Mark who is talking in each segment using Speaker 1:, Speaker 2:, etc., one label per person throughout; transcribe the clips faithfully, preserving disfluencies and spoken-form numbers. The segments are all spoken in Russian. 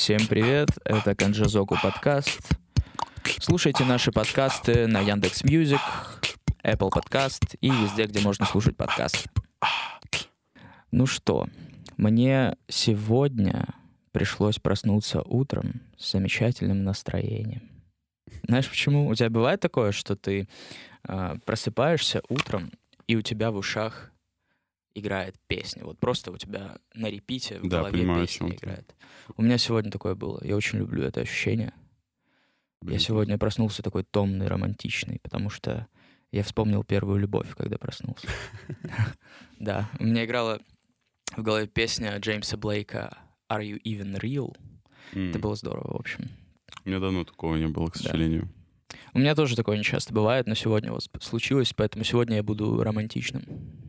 Speaker 1: Всем привет, это Канджазоку подкаст. Слушайте наши подкасты на Яндекс.Мьюзик, Apple Podcast и везде, где можно слушать подкасты. Ну что, мне сегодня пришлось проснуться утром с замечательным настроением. Знаешь почему? У тебя бывает такое, что ты э, просыпаешься утром, и у тебя в ушах играет песня. Вот просто у тебя на репите в
Speaker 2: да,
Speaker 1: голове
Speaker 2: понимаю,
Speaker 1: песня
Speaker 2: о чем
Speaker 1: играет.
Speaker 2: ты.
Speaker 1: У меня сегодня такое было. Я очень люблю это ощущение.
Speaker 2: Блин,
Speaker 1: Я сегодня проснулся такой томный, романтичный, потому что я вспомнил первую любовь, когда проснулся. Да, у меня играла в голове песня Джеймса Блейка «Are You Even Real?». Это было здорово, в общем.
Speaker 2: У меня давно такого не было, к сожалению.
Speaker 1: У меня тоже такое не часто бывает, но сегодня вот случилось, поэтому сегодня я буду романтичным.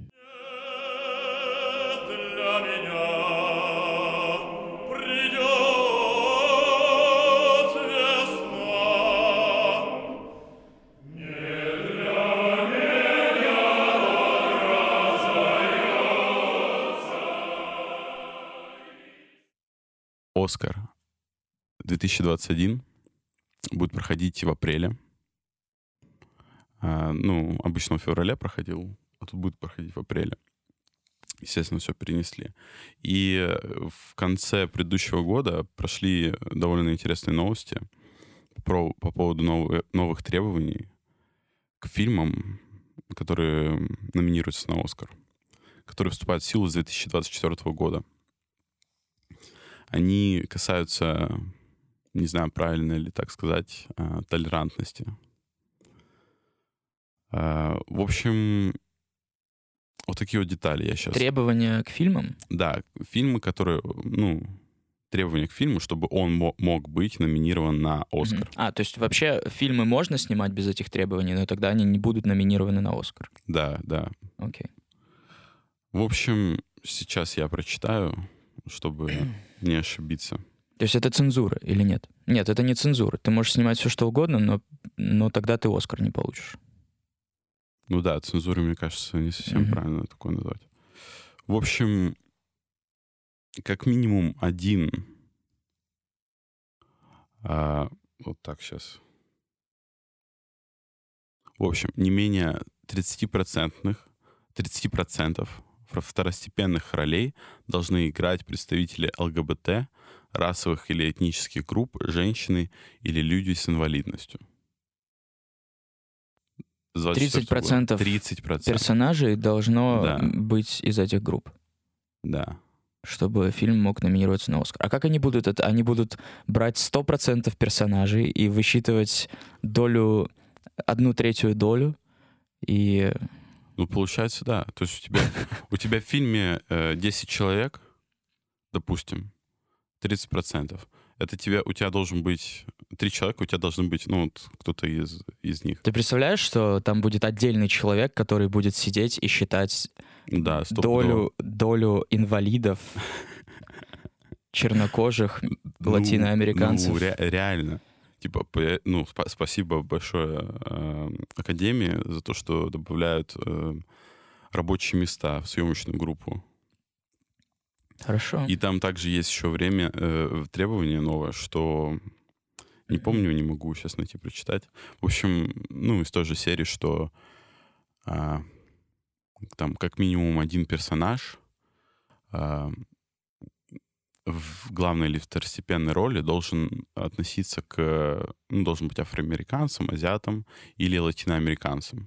Speaker 2: «Оскар» две тысячи двадцать один будет проходить в апреле. А, ну, обычно в феврале проходил, а тут будет проходить в апреле. Естественно, все перенесли. И в конце предыдущего года прошли довольно интересные новости про, по поводу новых, новых требований к фильмам, которые номинируются на «Оскар», которые вступают в силу с две тысячи двадцать четвёртого года. Они касаются, не знаю, правильно ли так сказать, толерантности. В общем, вот такие вот детали я сейчас...
Speaker 1: Требования к фильмам?
Speaker 2: Да, фильмы, которые, ну, требования к фильму, чтобы он мог быть номинирован на «Оскар».
Speaker 1: Mm-hmm. А, то есть вообще фильмы можно снимать без этих требований, но тогда они не будут номинированы на «Оскар».
Speaker 2: Да, да.
Speaker 1: Окей. Okay.
Speaker 2: В общем, сейчас я прочитаю, чтобы не ошибиться.
Speaker 1: То есть это цензура или нет? Нет, это не цензура. Ты можешь снимать все, что угодно, но, но тогда ты «Оскар» не получишь.
Speaker 2: Ну да, цензура, мне кажется, не совсем mm-hmm. правильно такое назвать. В общем, как минимум один... А, вот так сейчас. В общем, не менее тридцать процентов, тридцать процентов второстепенных ролей должны играть представители ЛГБТ, расовых или этнических групп, женщины или люди с инвалидностью.
Speaker 1: тридцать процентов, тридцать процентов персонажей должно да. быть из этих групп.
Speaker 2: Да.
Speaker 1: Чтобы фильм мог номинироваться на «Оскар». А как они будут это? Они будут брать сто процентов персонажей и высчитывать долю, одну третью долю и...
Speaker 2: Ну, получается, да. То есть у тебя, у тебя в фильме э, десять человек, допустим, тридцать процентов. Это тебе, у тебя должен быть три человека, у тебя должен быть, ну, вот кто-то из, из них.
Speaker 1: Ты представляешь, что там будет отдельный человек, который будет сидеть и считать
Speaker 2: да,
Speaker 1: долю, долю инвалидов, чернокожих,
Speaker 2: ну,
Speaker 1: латиноамериканцев?
Speaker 2: Ну, ре- реально. Типа, ну, сп- спасибо большое э, Академии за то, что добавляют э, рабочие места в съемочную группу.
Speaker 1: Хорошо.
Speaker 2: И там также есть еще время, э, требование новое, что... Не помню, не могу сейчас найти, прочитать. В общем, ну, из той же серии, что а, там как минимум один персонаж а, в главной или второстепенной роли должен относиться к... Ну, должен быть афроамериканцем, азиатом или латиноамериканцем.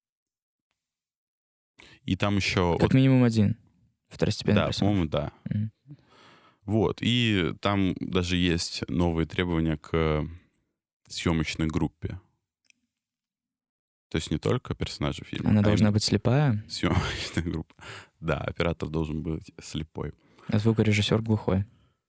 Speaker 2: И там еще...
Speaker 1: Как
Speaker 2: вот,
Speaker 1: минимум один второстепенный
Speaker 2: да,
Speaker 1: персонаж.
Speaker 2: по-моему, да.
Speaker 1: Mm-hmm.
Speaker 2: Вот. И там даже есть новые требования к съемочной группе. То есть не только персонажи фильма.
Speaker 1: Она
Speaker 2: а
Speaker 1: должна быть слепая?
Speaker 2: Съемочная группа. Да, оператор должен быть слепой.
Speaker 1: А звукорежиссер глухой.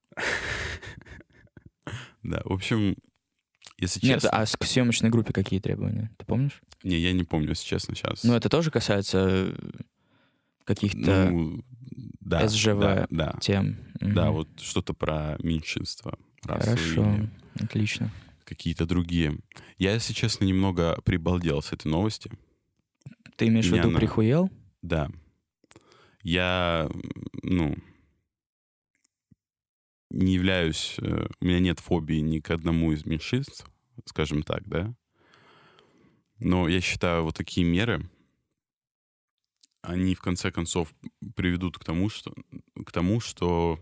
Speaker 2: Да, в общем, если
Speaker 1: Нет,
Speaker 2: честно...
Speaker 1: а к съемочной группе какие требования? Ты помнишь?
Speaker 2: Не, я не помню, если честно, сейчас.
Speaker 1: Ну, это тоже касается каких-то
Speaker 2: ну, да,
Speaker 1: СЖВ
Speaker 2: да, да.
Speaker 1: тем?
Speaker 2: Да,
Speaker 1: угу.
Speaker 2: вот что-то про меньшинство.
Speaker 1: Хорошо, отлично.
Speaker 2: Какие-то другие. Я, если честно, немного прибалдел с этой новости.
Speaker 1: Ты имеешь в виду
Speaker 2: она...
Speaker 1: прихуел?
Speaker 2: Да. Я, ну... не являюсь... э, У меня нет фобии ни к одному из меньшинств, скажем так, да. Но я считаю, вот такие меры, они в конце концов приведут к тому, что, к тому, что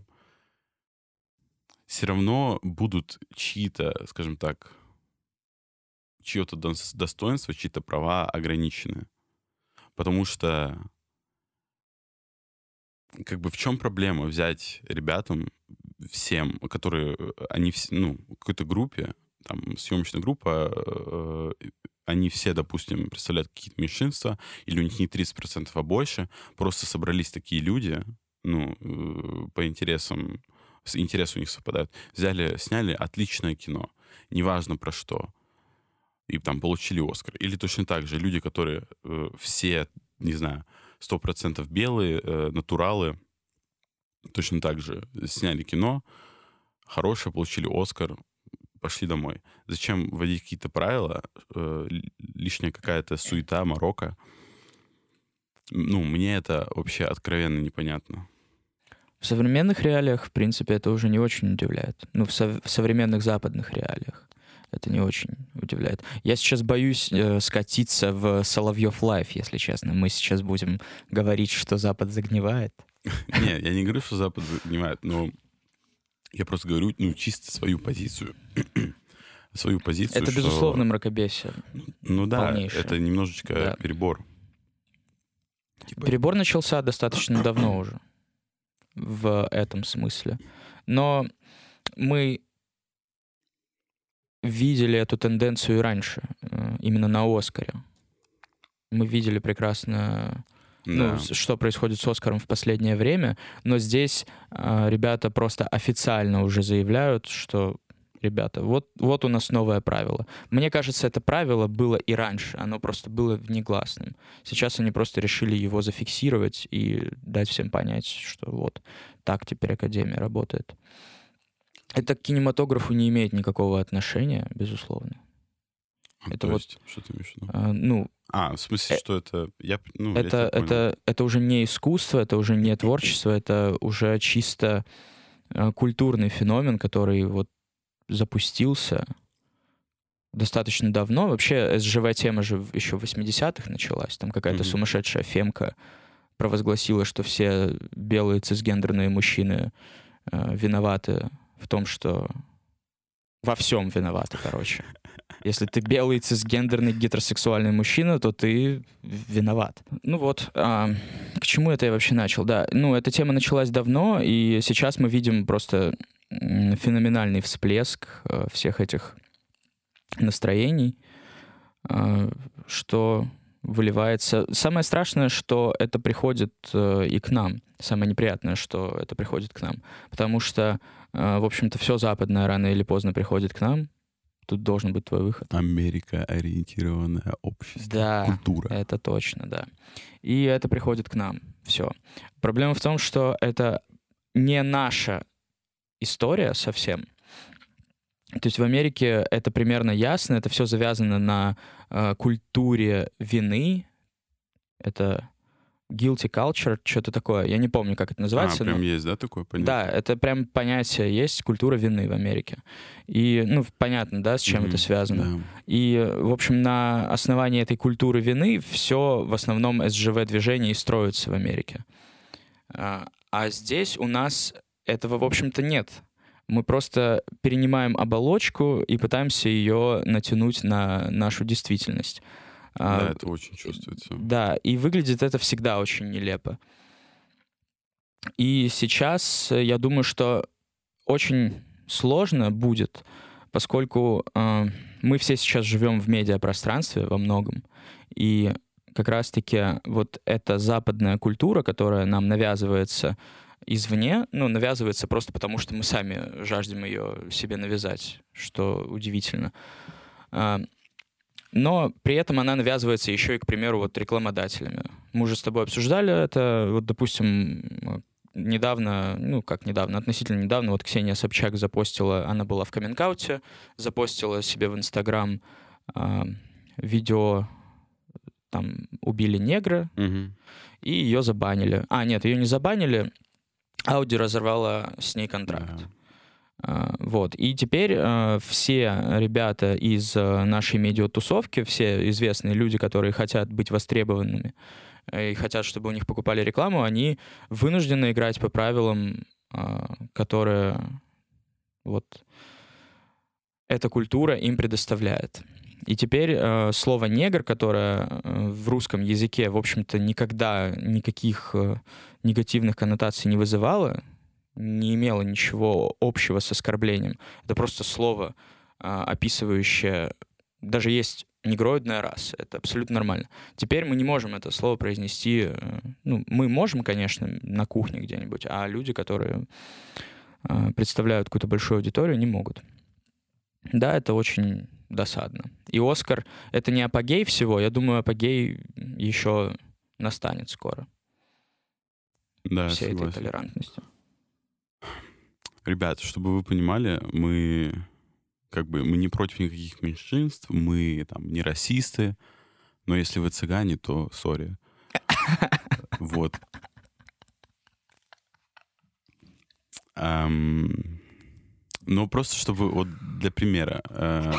Speaker 2: все равно будут чьи-то, скажем так, чье-то дос- достоинство, чьи-то права ограничены. Потому что, как бы, в чем проблема взять ребятам всем, которые, э, они, вс- ну, какой-то группе, там, съемочная группа, э, они все, допустим, представляют какие-то меньшинства, или у них не тридцать процентов, а больше, просто собрались такие люди, ну, э, по интересам, с- интересы у них совпадают, взяли, сняли отличное кино, неважно про что, и там получили Оскар. Или точно так же люди, которые э, все, не знаю, сто процентов белые, э, натуралы, точно так же сняли кино, хорошее, получили Оскар, пошли домой. Зачем вводить какие-то правила, э, л- лишняя какая-то суета, морока? Ну, мне это вообще откровенно непонятно.
Speaker 1: В современных реалиях, в принципе, это уже не очень удивляет. Ну, в, сов- в современных западных реалиях это не очень удивляет. Я сейчас боюсь э, скатиться в Соловьев Лайф, если честно. Мы сейчас будем говорить, что Запад загнивает.
Speaker 2: Не, я не говорю, что Запад занимает, но я просто говорю, ну, чисто свою позицию. Свою позицию,
Speaker 1: Это,
Speaker 2: что...
Speaker 1: безусловно, мракобесие.
Speaker 2: Ну да,
Speaker 1: полнейшее.
Speaker 2: это немножечко
Speaker 1: Да.
Speaker 2: перебор. Типа,
Speaker 1: Перебор начался достаточно давно уже в этом смысле. Но мы видели эту тенденцию и раньше, э, именно на Оскаре. Мы видели прекрасно, ну,
Speaker 2: да.
Speaker 1: с- что происходит с Оскаром в последнее время, но здесь э, ребята просто официально уже заявляют, что, ребята, вот, вот у нас новое правило. Мне кажется, это правило было и раньше, оно просто было внегласным. Сейчас они просто решили его зафиксировать и дать всем понять, что вот так теперь Академия работает. Это к кинематографу не имеет никакого отношения, безусловно.
Speaker 2: А,
Speaker 1: это
Speaker 2: то
Speaker 1: вот,
Speaker 2: есть, что ты имеешь в виду?
Speaker 1: А, ну,
Speaker 2: А, в смысле,
Speaker 1: э,
Speaker 2: что это... Я, ну, я
Speaker 1: это,
Speaker 2: тебя понял.
Speaker 1: это, это уже не искусство, это уже не творчество, это уже чисто э, культурный феномен, который вот запустился достаточно давно. Вообще, СЖВ-тема же в- еще в восьмидесятых началась. Там какая-то
Speaker 2: Мгм.
Speaker 1: сумасшедшая фемка провозгласила, что все белые цисгендерные мужчины э, виноваты в том, что... Во всем виноваты, короче. Если ты белый, цисгендерный, гетеросексуальный мужчина, то ты виноват. Ну вот, а, к чему это я вообще начал? Да, ну, эта тема началась давно, и сейчас мы видим просто м, феноменальный всплеск э, всех этих настроений, э, что выливается... Самое страшное, что это приходит э, и к нам. Самое неприятное, что это приходит к нам. Потому что, э, в общем-то, все западное рано или поздно приходит к нам. Тут должен быть твой выход.
Speaker 2: Америка-ориентированное общество.
Speaker 1: Да,
Speaker 2: Культура.
Speaker 1: это точно, да. И это приходит к нам. Все. Проблема в том, что это не наша история совсем. То есть в Америке это примерно ясно, это все завязано на э, культуре вины. Это guilty culture, что-то такое. Я не помню, как это
Speaker 2: А,
Speaker 1: называется.
Speaker 2: прям
Speaker 1: но...
Speaker 2: есть, да, такое понятие?
Speaker 1: Да, это прям понятие есть, культура вины в Америке. И, ну, понятно, да, с чем
Speaker 2: Мгм,
Speaker 1: это связано.
Speaker 2: да.
Speaker 1: И, в общем, на основании этой культуры вины все в основном СЖВ-движение и строится в Америке. А, а здесь у нас этого, в общем-то, нет. Мы просто перенимаем оболочку и пытаемся ее натянуть на нашу действительность. А,
Speaker 2: Да, это очень чувствуется.
Speaker 1: Да, и выглядит это всегда очень нелепо. И сейчас э, я думаю, что очень сложно будет, поскольку э, мы все сейчас живем в медиапространстве во многом, и как раз-таки вот эта западная культура, которая нам навязывается извне, ну, навязывается просто потому, что мы сами жаждем ее себе навязать, что удивительно. А, Но при этом она навязывается еще и, к примеру, вот рекламодателями. Мы уже с тобой обсуждали это. Вот, допустим, недавно, ну, как недавно, относительно недавно, вот Ксения Собчак запостила, она была в каминг-ауте, запостила себе в Инстаграм а, видео, там, убили негра,
Speaker 2: Мгм.
Speaker 1: и ее забанили. А, нет, ее не забанили, Ауди разорвала с ней контракт.
Speaker 2: Да.
Speaker 1: Вот. И теперь э, все ребята из э, нашей медиатусовки, все известные люди, которые хотят быть востребованными э, и хотят, чтобы у них покупали рекламу, они вынуждены играть по правилам, э, которые вот эта культура им предоставляет. И теперь э, слово «негр», которое э, в русском языке, в общем-то, никогда никаких э, негативных коннотаций не вызывало, не имело ничего общего с оскорблением. Это просто слово, а, описывающее... Даже есть негроидная раса. Это абсолютно нормально. Теперь мы не можем это слово произнести... Ну, мы можем, конечно, на кухне где-нибудь, а люди, которые а, представляют какую-то большую аудиторию, не могут. Да, это очень досадно. И «Оскар» — это не апогей всего. Я думаю, апогей еще настанет скоро.
Speaker 2: Да,
Speaker 1: всей
Speaker 2: согласен.
Speaker 1: этой толерантности.
Speaker 2: Ребят, чтобы вы понимали, мы как бы мы не против никаких меньшинств, мы там не расисты, но если вы цыгане, то сори. Вот. Um, ну, просто чтобы вот для примера. Uh,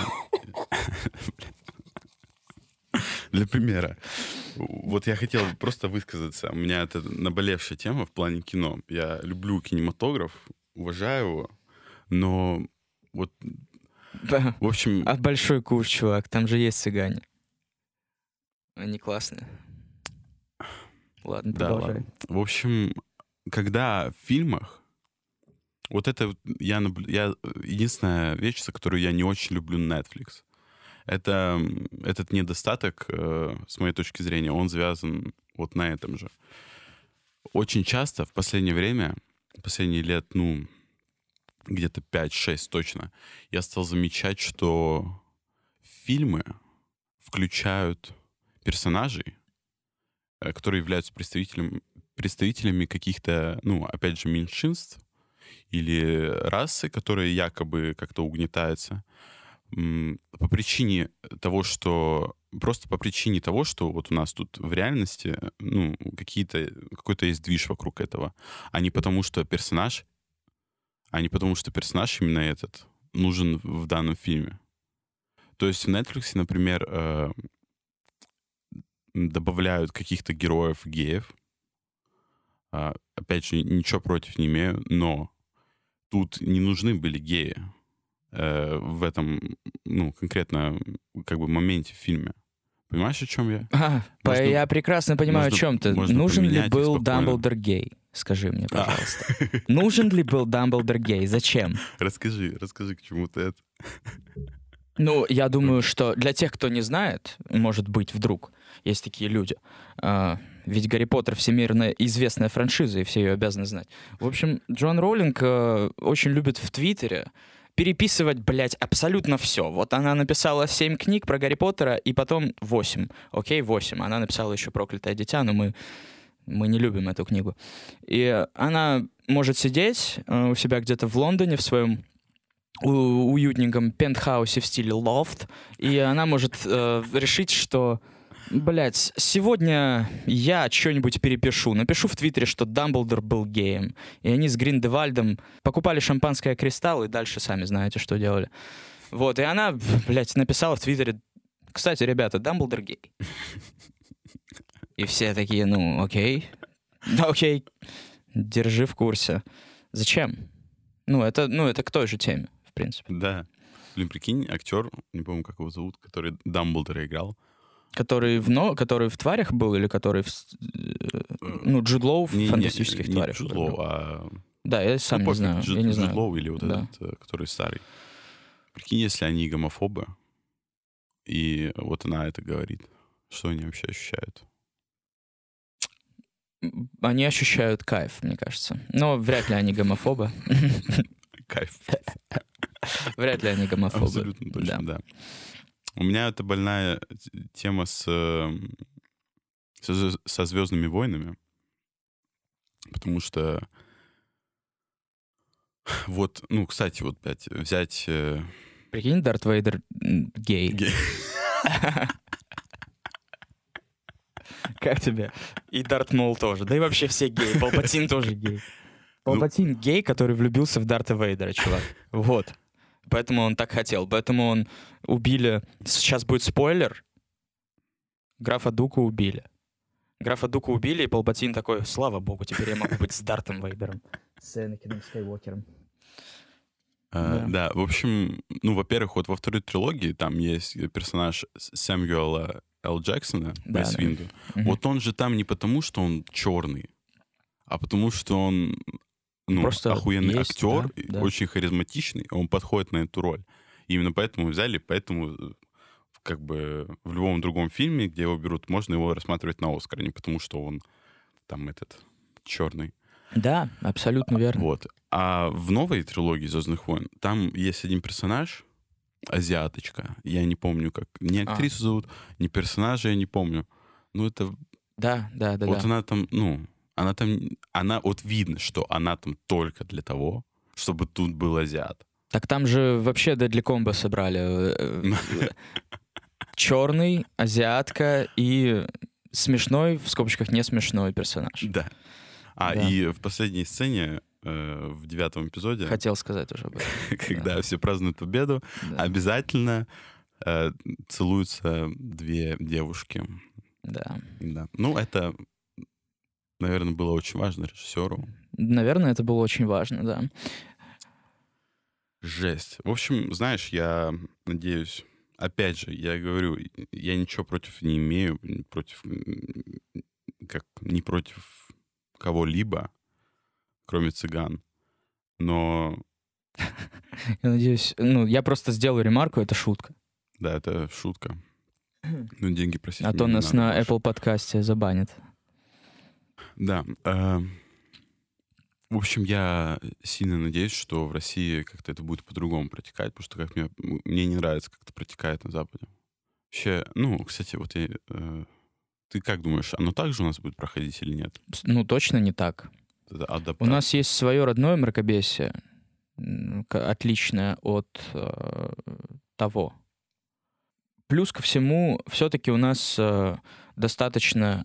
Speaker 2: для примера. Вот я хотел просто высказаться. У меня это наболевшая тема в плане кино. Я люблю кинематограф, уважаю его, но вот, в общем...
Speaker 1: А большой куш, чувак, там же есть цыгане. Они классные. Ладно,
Speaker 2: да,
Speaker 1: продолжай.
Speaker 2: Ладно. В общем, когда в фильмах, вот это я, наблю... я единственная вещь, за которую я не очень люблю Netflix, это этот недостаток, э, с моей точки зрения, он связан вот на этом же. Очень часто в последнее время, последние лет, ну, где-то пять-шесть точно, я стал замечать, что фильмы включают персонажей, которые являются представителями, представителями каких-то, ну, опять же, меньшинств или расы, которые якобы как-то угнетаются, по причине того, что... Просто по причине того, что вот у нас тут в реальности, ну, какие-то, какой-то есть движ вокруг этого, а не потому, что персонаж, а не потому, что персонаж именно этот нужен в данном фильме. То есть в Netflix, например, э, добавляют каких-то героев геев. Э, опять же, ничего против не имею, но тут не нужны были геи э, в этом, ну, конкретно, как бы, моменте в фильме. Понимаешь, о чем я?
Speaker 1: А, можно, я прекрасно понимаю, можно, о чем ты. Нужен ли был Дамблдор гей? Скажи мне, пожалуйста. А. Нужен ли был Дамблдор гей? Зачем?
Speaker 2: Расскажи, расскажи, к чему ты это.
Speaker 1: Ну, я думаю, что для тех, кто не знает, может быть, вдруг, есть такие люди. А, ведь Гарри Поттер всемирно известная франшиза, и все ее обязаны знать. В общем, Джон Роулинг а, очень любит в Твиттере переписывать, блядь, абсолютно все. Вот она написала семь книг про Гарри Поттера, и потом восемь. Окей, восемь. Она написала еще «Проклятое дитя», но мы, мы не любим эту книгу. И она может сидеть э, у себя где-то в Лондоне в своем у- уютненьком пентхаусе в стиле лофт, и она может э, решить, что... Блять, сегодня я что-нибудь перепишу. Напишу в Твиттере, что Дамблдор был геем. И они с Гриндевальдом покупали шампанское «Кристалл», и дальше сами знаете, что делали. Вот, и она, блядь, написала в Твиттере: кстати, ребята, Дамблдор гей. И все такие: ну, окей. Да, окей. Держи в курсе. Зачем? Ну, это, ну, это к той же теме, в принципе.
Speaker 2: Да. Блин, прикинь, актер, не помню, как его зовут, который Дамблдора играл.
Speaker 1: Который в, но, который в «Тварях» был или который в... Ну, Джуд Лоу в
Speaker 2: не,
Speaker 1: «Фантастических
Speaker 2: не,
Speaker 1: тварях».
Speaker 2: Не Джуд Лоу, а...
Speaker 1: Да, я сам
Speaker 2: ну,
Speaker 1: не знаю.
Speaker 2: Джуд,
Speaker 1: я не
Speaker 2: Джуд
Speaker 1: знаю.
Speaker 2: Лоу или вот
Speaker 1: да.
Speaker 2: этот, который старый. Прикинь, если они гомофобы, и вот она это говорит, что они вообще ощущают?
Speaker 1: Они ощущают кайф, мне кажется. Но вряд ли они гомофобы.
Speaker 2: Кайф.
Speaker 1: Вряд ли они гомофобы.
Speaker 2: Абсолютно точно, да. У меня это больная тема с, со, со «Звездными войнами», потому что вот, ну, кстати, вот, блядь, взять...
Speaker 1: Прикинь, Дарт Вейдер гей.
Speaker 2: Гей.
Speaker 1: Как тебе? И Дарт Мол тоже. Да и вообще все геи. Палпатин тоже гей. Палпатин гей, который влюбился в Дарта Вейдера, чувак. Вот. Поэтому он так хотел. Поэтому он убили... Сейчас будет спойлер. Графа Дука убили. Графа Дука убили, и Палпатин такой: слава богу, теперь я могу быть с Дартом Вейдером. С Энакином Скайуокером.
Speaker 2: А, да. да, в общем, ну, во-первых, вот во второй трилогии там есть персонаж Сэмюэла Л. Джексона,
Speaker 1: Да,
Speaker 2: Мейс
Speaker 1: да.
Speaker 2: Винду.
Speaker 1: Мгм.
Speaker 2: Вот он же там не потому, что он черный, а потому что он, ну,
Speaker 1: Просто
Speaker 2: охуенный
Speaker 1: есть,
Speaker 2: актер,
Speaker 1: да, да.
Speaker 2: очень харизматичный, он подходит на эту роль. И именно поэтому взяли, поэтому как бы в любом другом фильме, где его берут, можно его рассматривать на Оскар, не потому что он там этот черный.
Speaker 1: Да, абсолютно верно.
Speaker 2: Вот. А в новой трилогии «Звездных войн» там есть один персонаж, азиаточка. Я не помню, как. Ни актрису
Speaker 1: А.
Speaker 2: зовут, ни персонажа я не помню. Ну, это...
Speaker 1: Да, да, да,
Speaker 2: вот
Speaker 1: да.
Speaker 2: она там, ну, она там... Она... Вот видно, что она там только для того, чтобы тут был азиат.
Speaker 1: Так там же вообще Deadly Combo собрали. Черный, азиатка и смешной, в скобочках не смешной персонаж.
Speaker 2: Да. А,
Speaker 1: Да.
Speaker 2: и в последней сцене, э, в девятом эпизоде,
Speaker 1: Хотел сказать уже об этом.
Speaker 2: когда
Speaker 1: Да.
Speaker 2: все празднуют победу,
Speaker 1: Да.
Speaker 2: обязательно э, целуются две девушки.
Speaker 1: Да.
Speaker 2: Да. Ну, это, наверное, было очень важно режиссеру.
Speaker 1: Наверное, это было очень важно, да.
Speaker 2: Жесть. В общем, знаешь, я надеюсь, опять же, я говорю, я ничего против не имею, против, м, как, не против кого-либо, кроме цыган. Но,
Speaker 1: Я надеюсь, ну, я просто сделаю ремарку, это шутка.
Speaker 2: да, это шутка. Но деньги просить
Speaker 1: А
Speaker 2: мне
Speaker 1: то
Speaker 2: не
Speaker 1: нас
Speaker 2: надо
Speaker 1: на
Speaker 2: больше.
Speaker 1: Apple подкасте забанят.
Speaker 2: Да. э, В общем, я сильно надеюсь, что в России как-то это будет по-другому протекать, потому что как мне, мне не нравится, как это протекает на Западе. Вообще, ну, кстати, вот я, э, ты как думаешь, оно так же у нас будет проходить или нет?
Speaker 1: С- Ну, точно не так.
Speaker 2: Это
Speaker 1: У
Speaker 2: адаптация.
Speaker 1: нас есть свое родное мракобесие, м, к- отличное от э, того. Плюс ко всему, все-таки у нас э, достаточно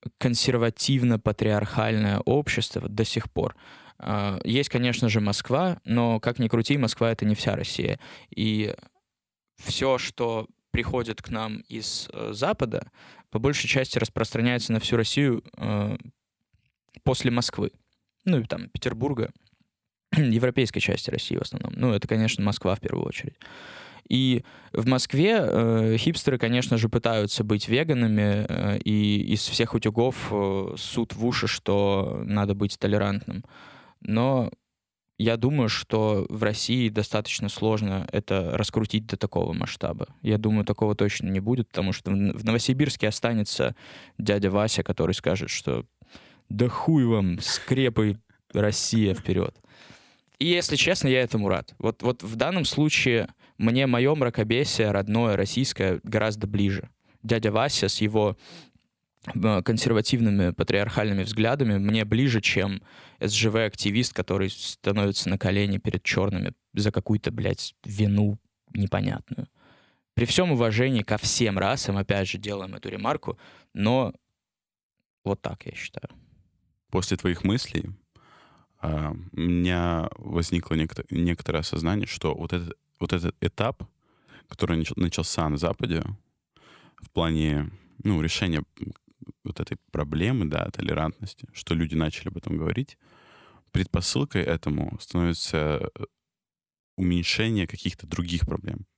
Speaker 1: консервативно-патриархальное общество вот до сих пор. Э, Есть, конечно же, Москва, но, как ни крути, Москва — это не вся Россия. И все, что приходит к нам из э, Запада, по большей части распространяется на всю Россию э, после Москвы. Ну и там Петербурга, европейской части России в основном. Ну, это, конечно, Москва в первую очередь. И в Москве э, хипстеры, конечно же, пытаются быть веганами, э, и из всех утюгов э, ссут в уши, что надо быть толерантным. Но я думаю, что в России достаточно сложно это раскрутить до такого масштаба. Я думаю, такого точно не будет, потому что в в Новосибирске останется дядя Вася, который скажет, что да хуй вам, скрепы, Россия, вперед. И, если честно, я этому рад. Вот, вот в данном случае мне мое мракобесие родное, российское, гораздо ближе. Дядя Вася с его э, консервативными патриархальными взглядами мне ближе, чем эс жэ вэ-активист, который становится на колени перед черными за какую-то, блядь, вину непонятную. При всем уважении ко всем расам, опять же, делаем эту ремарку, но вот так я считаю.
Speaker 2: После твоих мыслей а, у меня возникло некотор- некоторое осознание, что вот этот, вот этот этап, который нач- начался на Западе в плане, ну, решения вот этой проблемы, да, толерантности, что люди начали об этом говорить, предпосылкой этому становится уменьшение каких-то других проблем.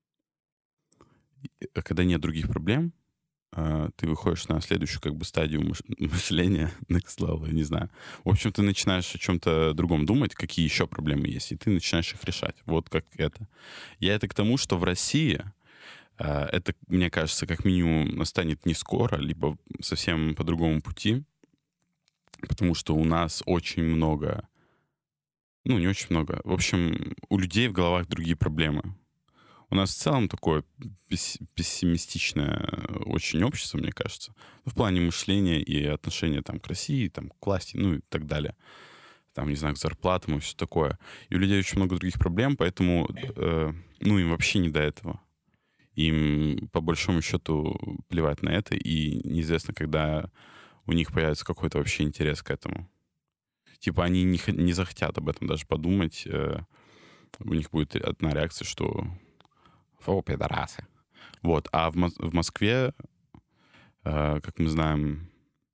Speaker 2: И когда нет других проблем, а, ты выходишь на следующую как бы стадию мыш- мышления, next level, я не знаю. В общем, ты начинаешь о чем-то другом думать, какие еще проблемы есть, и ты начинаешь их решать. Вот как это. Я это к тому, что в России а, это, мне кажется, как минимум настанет не скоро, либо совсем по другому пути, потому что у нас очень много, ну, не очень много, в общем, у людей в головах другие проблемы. У нас в целом такое пес- пессимистичное очень общество, мне кажется, ну, в плане мышления и отношения там, к России, там, к власти, ну и так далее. Там, не знаю, к зарплатам и все такое. И у людей очень много других проблем, поэтому, э, ну, им вообще не до этого. Им, по большому счету, плевать на это, и неизвестно, когда у них появится какой-то вообще интерес к этому. типа они не, х- не захотят об этом даже подумать. Э, у них будет одна реакция, что «Фу, пидорасы». Вот. А в, Мос- в Москве, э, как мы знаем,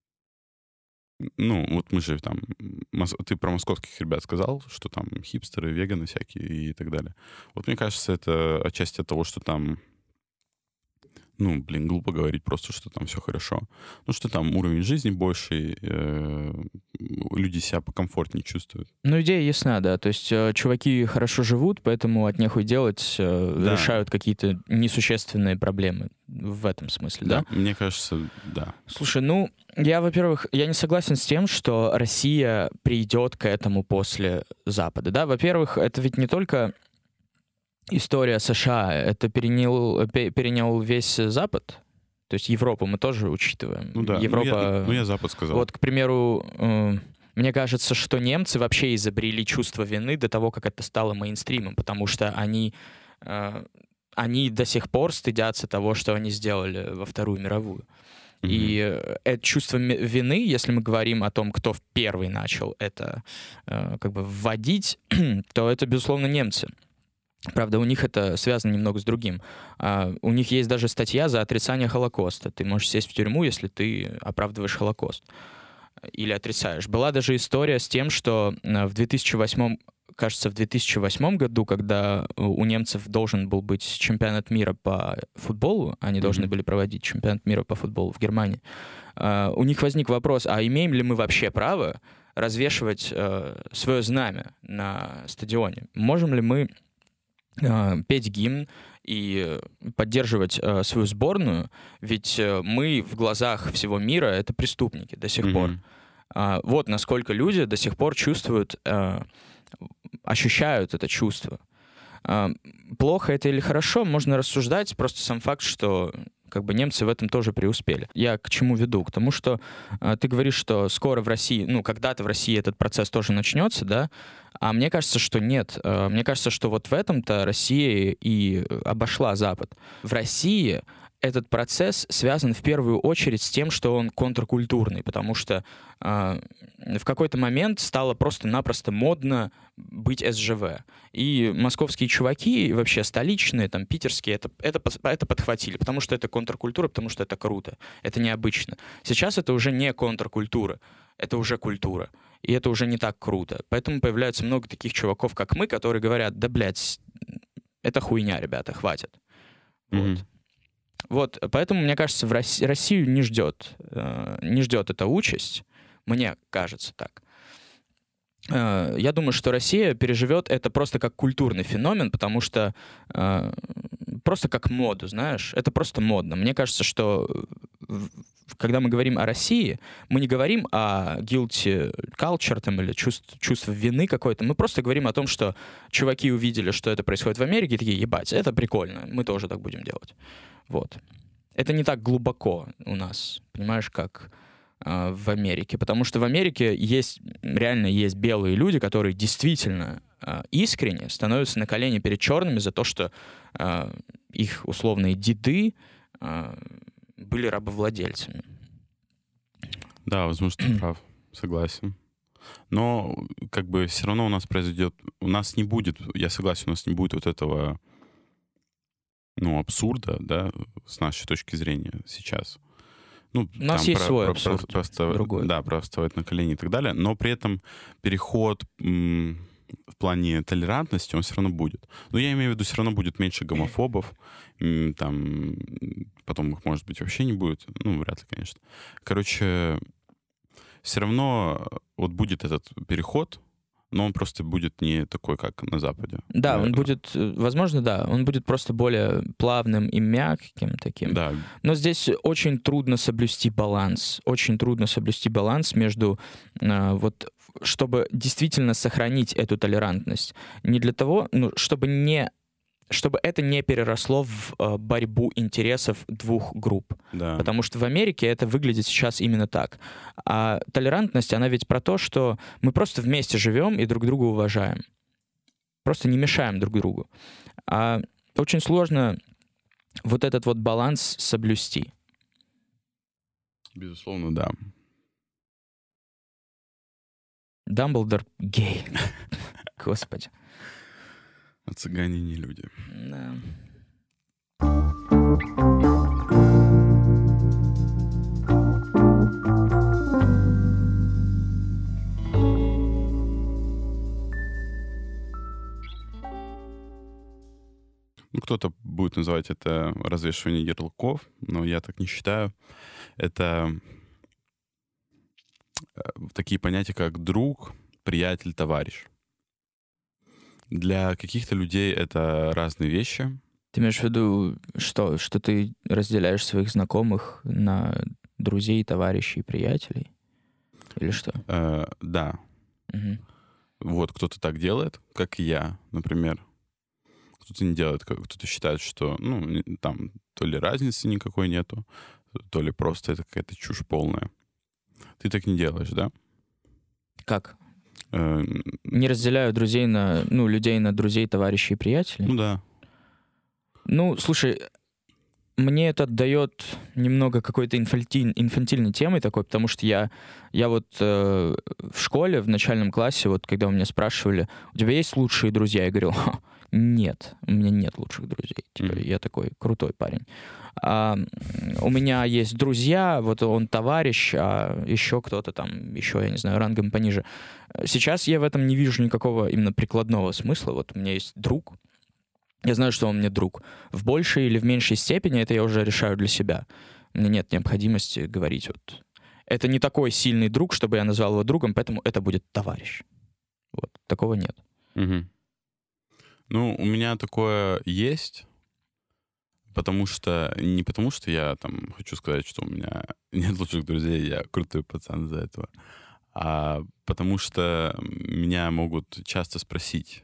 Speaker 2: ну, вот мы же там... мос- Ты про московских ребят сказал, что там хипстеры, веганы всякие и так далее. Вот мне кажется, это отчасти от того, что там... Ну, блин, глупо говорить просто, что там все хорошо. Ну, что там уровень жизни больше, э, люди себя покомфортнее чувствуют.
Speaker 1: Ну, идея ясна, да. То есть э, чуваки хорошо живут, поэтому от нехуй делать, э,
Speaker 2: Да.
Speaker 1: решают какие-то несущественные проблемы в этом смысле, да?
Speaker 2: Да, мне кажется, да.
Speaker 1: Слушай, ну, я, во-первых, я не согласен с тем, что Россия придет к этому после Запада, да? Во-первых, это ведь не только история США, это перенял, пе- перенял весь Запад, то есть Европу мы тоже учитываем.
Speaker 2: Ну да, ну
Speaker 1: Европа...
Speaker 2: я, ну я Запад сказал.
Speaker 1: Вот, к примеру, э, мне кажется, что немцы вообще изобрели чувство вины до того, как это стало мейнстримом, потому что они, э, они до сих пор стыдятся того, что они сделали во Вторую мировую.
Speaker 2: Мгм.
Speaker 1: И э, это чувство м- вины, если мы говорим о том, кто в первый начал это э, как бы вводить, то это, безусловно, немцы. Правда, у них это связано немного с другим. А, у них есть даже статья за отрицание Холокоста. Ты можешь сесть в тюрьму, если ты оправдываешь Холокост или отрицаешь. Была даже история с тем, что э, в две тысячи восьмом, кажется, в две тысячи восьмом году, когда у у немцев должен был быть чемпионат мира по футболу, они должны
Speaker 2: Мгм.
Speaker 1: были проводить чемпионат мира по футболу в Германии, а, у них возник вопрос, а имеем ли мы вообще право развешивать э, свое знамя на стадионе? Можем ли мы э, петь гимн и э, поддерживать э, свою сборную, ведь э, мы в глазах всего мира это преступники до сих пор.
Speaker 2: Мгм.
Speaker 1: А, вот насколько люди до сих пор чувствуют, э, ощущают это чувство. А, плохо это или хорошо, можно рассуждать, просто сам факт, что как бы немцы в этом тоже преуспели. Я к чему веду? К тому, что э, ты говоришь, что скоро в России, ну, когда-то в России этот процесс тоже начнется, да, а мне кажется, что нет. Э, мне кажется, что вот в этом-то Россия и обошла Запад. В России этот процесс связан в первую очередь с тем, что он контркультурный, потому что э, в какой-то момент стало просто-напросто модно быть эс жэ вэ. И московские чуваки, вообще столичные, там, питерские, это, это, пос- это подхватили, потому что это контркультура, потому что это круто, это необычно. Сейчас это уже не контркультура, это уже культура. И это уже не так круто. Поэтому появляется много таких чуваков, как мы, которые говорят, да, блядь, это хуйня, ребята, хватит. Вот.
Speaker 2: Мгм.
Speaker 1: Вот, поэтому, мне кажется, в Росси- Россию не ждет, э, не ждет эта участь. Мне кажется так. Э, Я думаю, что Россия переживет это просто как культурный феномен, потому что э, просто как моду, знаешь, это просто модно. Мне кажется, что в- когда мы говорим о России, мы не говорим о guilty culture там, или чувств, чувство вины какой-то, мы просто говорим о том, что чуваки увидели, что это происходит в Америке, и такие, ебать, это прикольно, мы тоже так будем делать. Вот. Это не так глубоко у нас, понимаешь, как э, в Америке. Потому что в Америке есть, реально есть белые люди, которые действительно э, искренне становятся на колени перед черными за то, что э, их условные деды э, были рабовладельцами.
Speaker 2: Да, возможно, ты прав. Согласен. Но как бы все равно у нас произойдет... У нас не будет, я согласен, у нас не будет вот этого, ну, абсурда, да, с нашей точки зрения сейчас. Ну,
Speaker 1: У нас есть свой абсурд,
Speaker 2: просто,
Speaker 1: другой.
Speaker 2: да, просто вставать на колени и так далее, но при этом переход м, в плане толерантности, он все равно будет. Но я имею в виду, все равно будет меньше гомофобов, м, там, потом их, может быть, вообще не будет, ну, вряд ли, конечно. Короче, все равно вот будет этот переход, но он просто будет не такой, как на Западе.
Speaker 1: Да, он
Speaker 2: наверное.
Speaker 1: будет, э, возможно, да, он будет просто более плавным и мягким таким.
Speaker 2: Да,
Speaker 1: Но здесь очень трудно соблюсти баланс. Очень трудно соблюсти баланс между э, вот, чтобы действительно сохранить эту толерантность. Не для того, ну, чтобы не, чтобы это не переросло в э, борьбу интересов двух групп.
Speaker 2: да.
Speaker 1: Потому что в Америке это выглядит сейчас именно так. А толерантность, она ведь про то, что мы просто вместе живем и друг друга уважаем. Просто не мешаем друг другу. А очень сложно вот этот вот баланс соблюсти.
Speaker 2: Безусловно, да.
Speaker 1: Дамблдор гей. Господи.
Speaker 2: А цыгане не люди.
Speaker 1: Да.
Speaker 2: Ну, кто-то будет называть это развешивание ярлыков, но я так не считаю. Это такие понятия, как друг, приятель, товарищ. Для каких-то людей это разные вещи.
Speaker 1: Ты имеешь в виду, что, что ты разделяешь своих знакомых на друзей, товарищей, приятелей? Или что?
Speaker 2: Э, да.
Speaker 1: Угу.
Speaker 2: Вот кто-то так делает, как и я, например. Кто-то не делает, кто-то считает, что ну, там то ли разницы никакой нету, то ли просто это какая-то чушь полная. Ты так не делаешь, да?
Speaker 1: Как? Э, не разделяю друзей на, ну, людей на друзей, товарищей и приятелей?
Speaker 2: Ну да.
Speaker 1: Ну, слушай, мне это отдает немного какой-то инфантиль, инфантильной темой такой, потому что я, я вот э, в школе, в начальном классе, вот когда у меня спрашивали, у тебя есть лучшие друзья? Я говорил, нет, у меня нет лучших друзей. Типа, mm-hmm. я такой крутой парень. А, у меня есть друзья, вот он товарищ, а еще кто-то там, еще, я не знаю, рангом пониже. Сейчас я в этом не вижу никакого именно прикладного смысла. Вот у меня есть друг, я знаю, что он мне друг. В большей или в меньшей степени это я уже решаю для себя. У меня нет необходимости говорить вот. Это не такой сильный друг, чтобы я назвал его другом, поэтому это будет товарищ. Вот, такого нет.
Speaker 2: Mm-hmm. Ну, у меня такое есть, потому что, не потому что я там хочу сказать, что у меня нет лучших друзей, я крутой пацан из-за этого, а потому что меня могут часто спросить,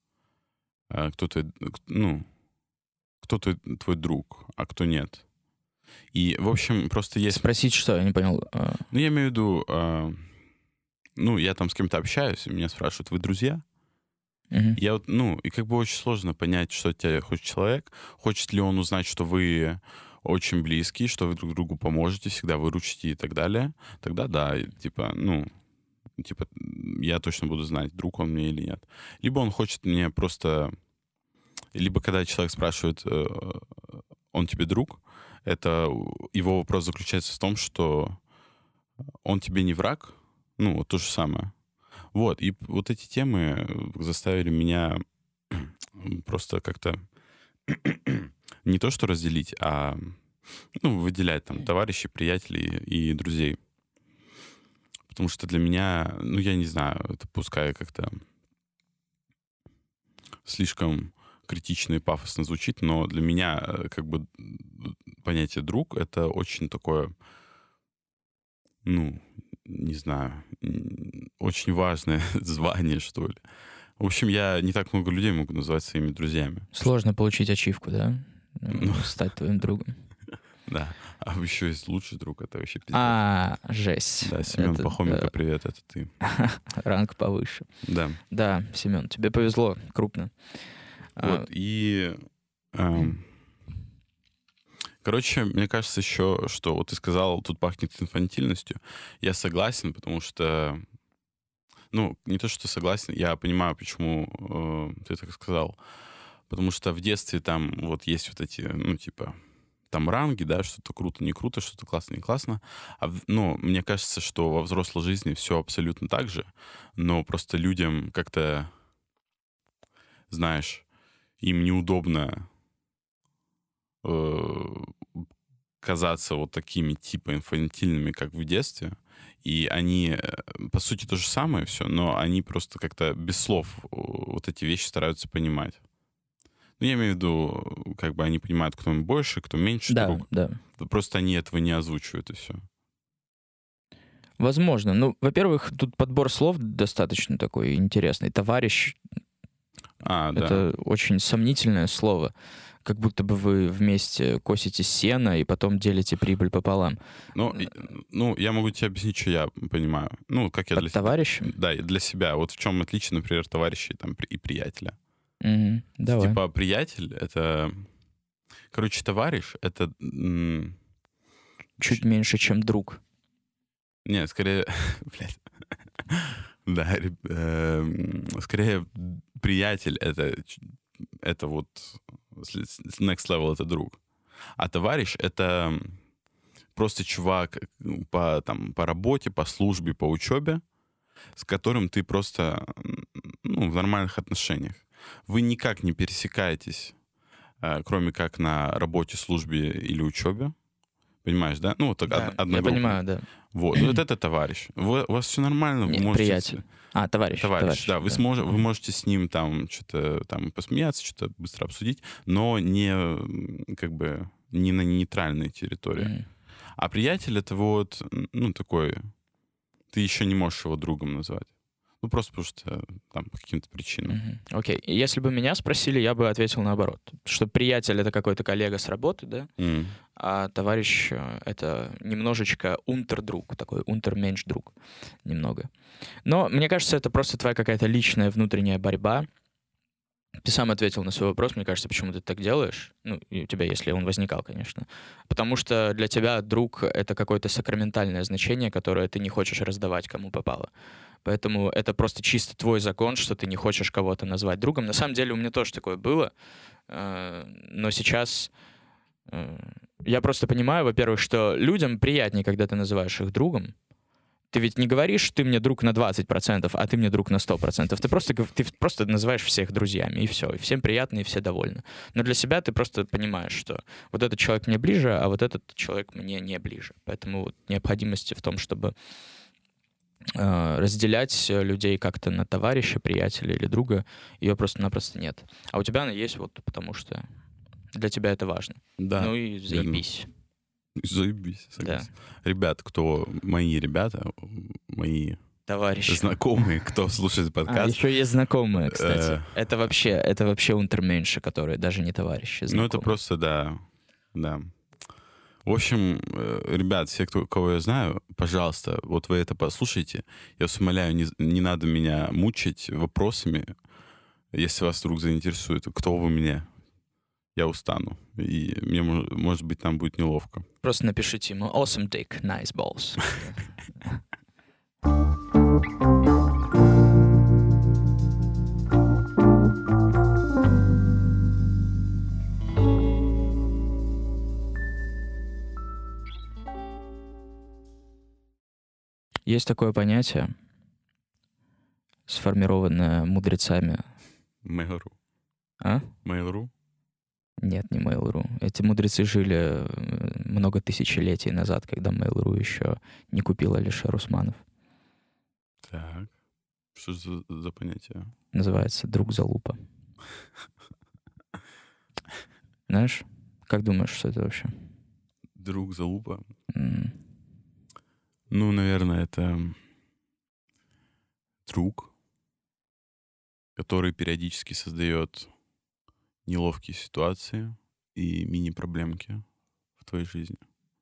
Speaker 2: кто твой, ну, кто твой, твой друг, а кто нет. И, в общем, просто есть...
Speaker 1: Спросить что? Я не понял.
Speaker 2: Ну, я имею в виду, ну, я там с кем-то общаюсь, и меня спрашивают, вы друзья? Uh-huh. Я вот, ну, и как бы очень сложно понять, что от тебя хочет человек. Хочет ли он узнать, что вы очень близкие, что вы друг другу поможете, всегда выручите и так далее. Тогда да, типа, ну, типа, я точно буду знать, друг он мне или нет. Либо он хочет мне просто... Либо когда человек спрашивает, он тебе друг, это его вопрос заключается в том, что он тебе не враг, ну, вот то же самое. Вот, и вот эти темы заставили меня просто как-то не то что разделить, а ну, выделять там товарищей, приятелей и друзей. Потому что для меня, ну, я не знаю, это пускай как-то слишком критично и пафосно звучит, но для меня как бы понятие «друг» — это очень такое, ну, не знаю, очень важное звание, что ли. В общем, я не так много людей могу называть своими друзьями.
Speaker 1: Сложно получить ачивку, да? Ну, стать твоим другом.
Speaker 2: Да. А еще есть лучший друг, это вообще пиздец.
Speaker 1: А, жесть.
Speaker 2: Да, Семен Пахоменко, привет, это ты.
Speaker 1: Ранг повыше.
Speaker 2: Да.
Speaker 1: Да, Семен, тебе повезло, крупно.
Speaker 2: Вот, и... Короче, мне кажется еще, что вот ты сказал, тут пахнет инфантильностью. Я согласен, потому что... Ну, не то, что согласен, я понимаю, почему э, ты так сказал. Потому что в детстве там вот есть вот эти, ну, типа, там ранги, да, что-то круто, не круто, что-то классно, не классно. А, ну, мне кажется, что во взрослой жизни все абсолютно так же, но просто людям как-то, знаешь, им неудобно э, казаться вот такими типа инфантильными, как в детстве. И они, по сути, то же самое все, но они просто как-то без слов вот эти вещи стараются понимать. Ну, я имею в виду, как бы они понимают, кто им больше, кто меньше
Speaker 1: да,
Speaker 2: друг.
Speaker 1: Да.
Speaker 2: Просто они этого не озвучивают, и все.
Speaker 1: Возможно. Ну, во-первых, тут подбор слов достаточно такой интересный. Товарищ
Speaker 2: а,
Speaker 1: — это
Speaker 2: да.
Speaker 1: очень сомнительное слово. Как будто бы вы вместе косите сено и потом делите прибыль пополам.
Speaker 2: Ну, ну я могу тебе объяснить, что я понимаю. Ну, как я
Speaker 1: Под
Speaker 2: для
Speaker 1: товарищем?
Speaker 2: себя. Да, для себя. Вот в чем отличие, например, товарищей там, и приятеля.
Speaker 1: Угу, давай.
Speaker 2: Типа приятель — это... Короче, товарищ — это... М-
Speaker 1: Чуть меньше, чем друг.
Speaker 2: Нет, скорее... Блядь. Да, скорее приятель — это, это вот next level — это друг. А товарищ — это просто чувак по, там, по работе, по службе, по учебе, с которым ты просто, ну, в нормальных отношениях. Вы никак не пересекаетесь, кроме как на работе, службе или учебе. Понимаешь, да? Ну, вот так,
Speaker 1: да,
Speaker 2: одна
Speaker 1: я
Speaker 2: группа.
Speaker 1: понимаю, да.
Speaker 2: Вот, вот это товарищ. Вы, у вас все нормально, вы
Speaker 1: Нет,
Speaker 2: можете...
Speaker 1: приятель. А, товарищ.
Speaker 2: Товарищ,
Speaker 1: товарищ
Speaker 2: да. Вы,
Speaker 1: да.
Speaker 2: Смож... вы можете с ним там что-то там посмеяться, что-то быстро обсудить, но не как бы не на нейтральной территории. Mm-hmm. А приятель — это вот, ну, такой... Ты еще не можешь его другом назвать. Ну, просто потому что там по каким-то причинам.
Speaker 1: Mm-hmm. Окей. Okay. Если бы меня спросили, я бы ответил наоборот. Что приятель — это какой-то коллега с работы, да? Mm. А товарищ — это немножечко унтер-друг, такой унтер-менш-друг немного. Но мне кажется, это просто твоя какая-то личная внутренняя борьба. Ты сам ответил на свой вопрос, мне кажется, почему ты так делаешь. Ну, и у тебя, если он возникал, конечно. Потому что для тебя друг — это какое-то сакраментальное значение, которое ты не хочешь раздавать кому попало. Поэтому это просто чисто твой закон, что ты не хочешь кого-то назвать другом. На самом деле у меня тоже такое было. Но сейчас я просто понимаю, во-первых, что людям приятнее, когда ты называешь их другом. Ты ведь не говоришь, ты мне друг на двадцать процентов, а ты мне друг на сто процентов. Ты просто, ты просто называешь всех друзьями, и все. И всем приятно, и все довольны. Но для себя ты просто понимаешь, что вот этот человек мне ближе, а вот этот человек мне не ближе. Поэтому вот необходимости в том, чтобы э, разделять людей как-то на товарища, приятеля или друга, ее просто-напросто нет. А у тебя она есть вот потому, что для тебя это важно.
Speaker 2: Да,
Speaker 1: ну и заебись.
Speaker 2: Верно. Заебись, согласен.
Speaker 1: Да.
Speaker 2: Ребят, кто мои ребята, мои
Speaker 1: товарищи,
Speaker 2: знакомые, кто слушает подкаст.
Speaker 1: А, еще есть знакомые, кстати. это вообще, это вообще унтерменши, которые даже не товарищи. Знакомые.
Speaker 2: Ну, это просто, да, да. В общем, ребят, все, кто, кого я знаю, пожалуйста, вот вы это послушайте. Я вас умоляю, не, не надо меня мучить вопросами, если вас вдруг заинтересует, кто вы мне. Я устану. И мне, может быть, там будет неловко.
Speaker 1: Просто напишите ему awesome dick, nice balls. Есть такое понятие, сформированное мудрецами.
Speaker 2: Mail.ru.
Speaker 1: А?
Speaker 2: Mail.ru?
Speaker 1: Нет, не Mail.ru. Эти мудрецы жили много тысячелетий назад, когда Mail.ru еще не купил Алишер Усманов.
Speaker 2: Так. Что за, за понятие?
Speaker 1: Называется «Друг залупа». Знаешь, как думаешь, что это вообще?
Speaker 2: Друг залупа?
Speaker 1: Mm.
Speaker 2: Ну, наверное, это друг, который периодически создает неловкие ситуации и мини-проблемки в твоей жизни.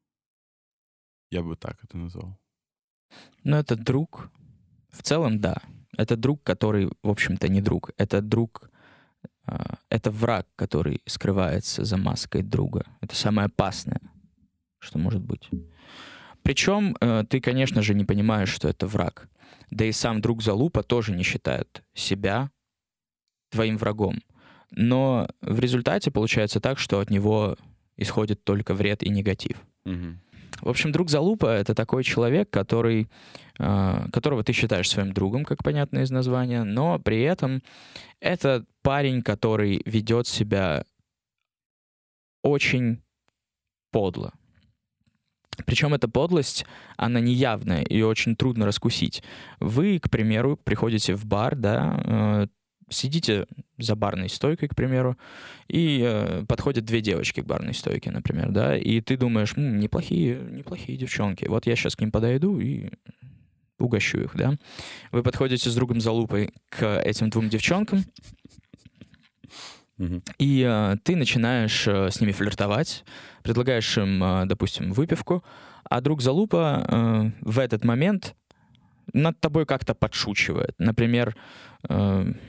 Speaker 2: Я бы так это назвал.
Speaker 1: Ну, это друг. В целом, да. Это друг, который, в общем-то, не друг. Это друг... Э, это враг, который скрывается за маской друга. Это самое опасное, что может быть. Причем э, ты, конечно же, не понимаешь, что это враг. Да и сам друг залупа тоже не считает себя твоим врагом. Но в результате получается так, что от него исходит только вред и негатив.
Speaker 2: Mm-hmm.
Speaker 1: В общем, друг залупа — это такой человек, который, э, которого ты считаешь своим другом, как понятно из названия, но при этом это парень, который ведет себя очень подло. Причем эта подлость, она неявная и очень трудно раскусить. Вы, к примеру, приходите в бар, да, э, сидите за барной стойкой, к примеру, и э, подходят две девочки к барной стойке, например, да, и ты думаешь, М, неплохие, неплохие девчонки, вот я сейчас к ним подойду и угощу их, да. Вы подходите с другом залупой к этим двум девчонкам,
Speaker 2: Mm-hmm.
Speaker 1: и э, ты начинаешь э, с ними флиртовать, предлагаешь им, э, допустим, выпивку, а друг залупа э, в этот момент над тобой как-то подшучивает. Например, э,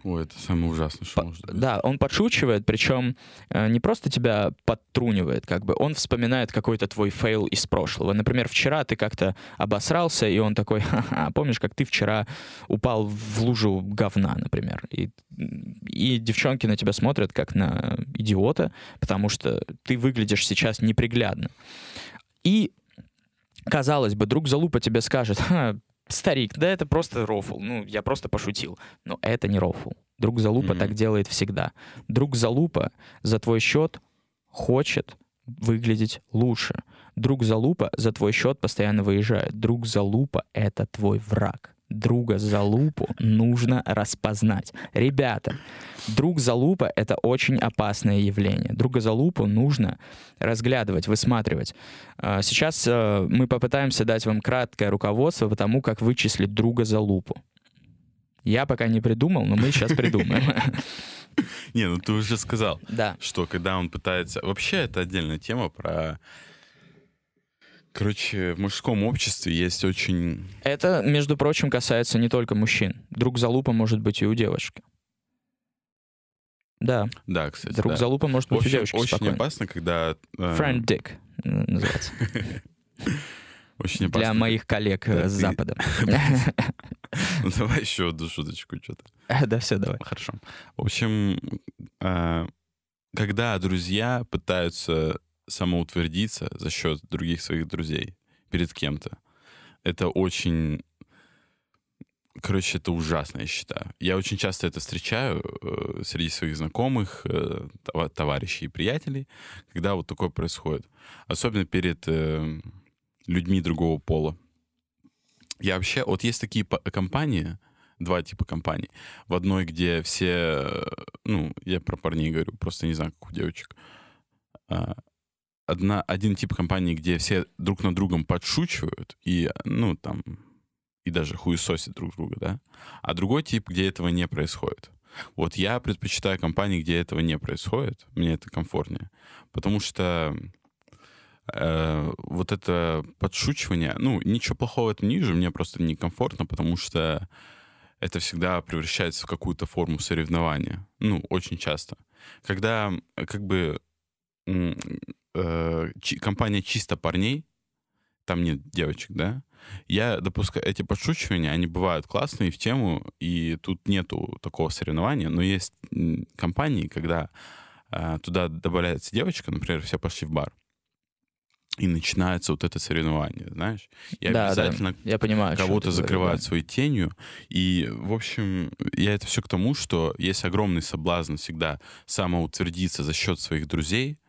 Speaker 2: Ой, это самое ужасное, что
Speaker 1: По-
Speaker 2: может быть.
Speaker 1: Да, он подшучивает, причем э, не просто тебя подтрунивает, как бы, он вспоминает какой-то твой фейл из прошлого. Например, вчера ты как-то обосрался, и он такой: ха-ха, помнишь, как ты вчера упал в лужу говна, например. И, и девчонки на тебя смотрят как на идиота, потому что ты выглядишь сейчас неприглядно. И, казалось бы, друг залупа тебе скажет: ха, старик, да это просто рофл, ну, я просто пошутил. Но это не рофл. Друг залупа
Speaker 2: Мгм.
Speaker 1: так делает всегда. Друг залупа за твой счет хочет выглядеть лучше. Друг залупа за твой счет постоянно выезжает. Друг залупа — это твой враг. Друга залупу нужно распознать. Ребята, друг залупа — это очень опасное явление. Друга залупу нужно разглядывать, высматривать. А, Сейчас э, мы попытаемся дать вам краткое руководство по тому, как вычислить друга залупу. Я пока не придумал, но мы сейчас придумаем.
Speaker 2: Не, ну ты уже сказал,
Speaker 1: Да.
Speaker 2: что когда он пытается... Вообще, это отдельная тема про... Короче, в мужском обществе есть очень...
Speaker 1: Это, между прочим, касается не только мужчин. Друг залупа может быть и у девушки. Да,
Speaker 2: Да, кстати,
Speaker 1: друг
Speaker 2: да.
Speaker 1: залупа может
Speaker 2: В
Speaker 1: быть у
Speaker 2: общем,
Speaker 1: девушки
Speaker 2: очень
Speaker 1: спокойно.
Speaker 2: опасно, когда... э,
Speaker 1: Friend dick э, называется.
Speaker 2: Очень опасно.
Speaker 1: Для моих коллег
Speaker 2: Да,
Speaker 1: э, с
Speaker 2: ты-
Speaker 1: Запада.
Speaker 2: Ну, давай еще одну шуточку что-то.
Speaker 1: Да, все, давай.
Speaker 2: Хорошо. В общем, э, когда друзья пытаются самоутвердиться за счет других своих друзей перед кем-то, это очень... Короче, это ужасно, я считаю. Я очень часто это встречаю э, среди своих знакомых, э, това- товарищей и приятелей, когда вот такое происходит. Особенно перед э, людьми другого пола. Я вообще... Вот есть такие по- компании, два типа компаний. В одной, где все... э, Ну, я про парней говорю, просто не знаю, как у девочек. А, Одна, один тип компании, где все друг над другом подшучивают и, ну, там... и даже хуесосят друг друга, да? А другой тип, где этого не происходит. Вот я предпочитаю компании, где этого не происходит. Мне это комфортнее. Потому что э, вот это подшучивание, ну, ничего плохого в этом не вижу, мне просто некомфортно, потому что это всегда превращается в какую-то форму соревнования. Ну, очень часто. Когда как бы м, э, чи- компания чисто парней, там нет девочек, да, я допускаю эти подшучивания, они бывают классные в тему, и тут нету такого соревнования, но есть м, компании, когда а, туда добавляется девочка, например, все пошли в бар, и начинается вот это соревнование, знаешь, и
Speaker 1: Да, да,
Speaker 2: обязательно
Speaker 1: я понимаю, о чем
Speaker 2: кого-то
Speaker 1: ты говоришь,
Speaker 2: закрывают
Speaker 1: да.
Speaker 2: своей тенью, и, в общем, я это все к тому, что есть огромный соблазн всегда самоутвердиться за счет своих друзей,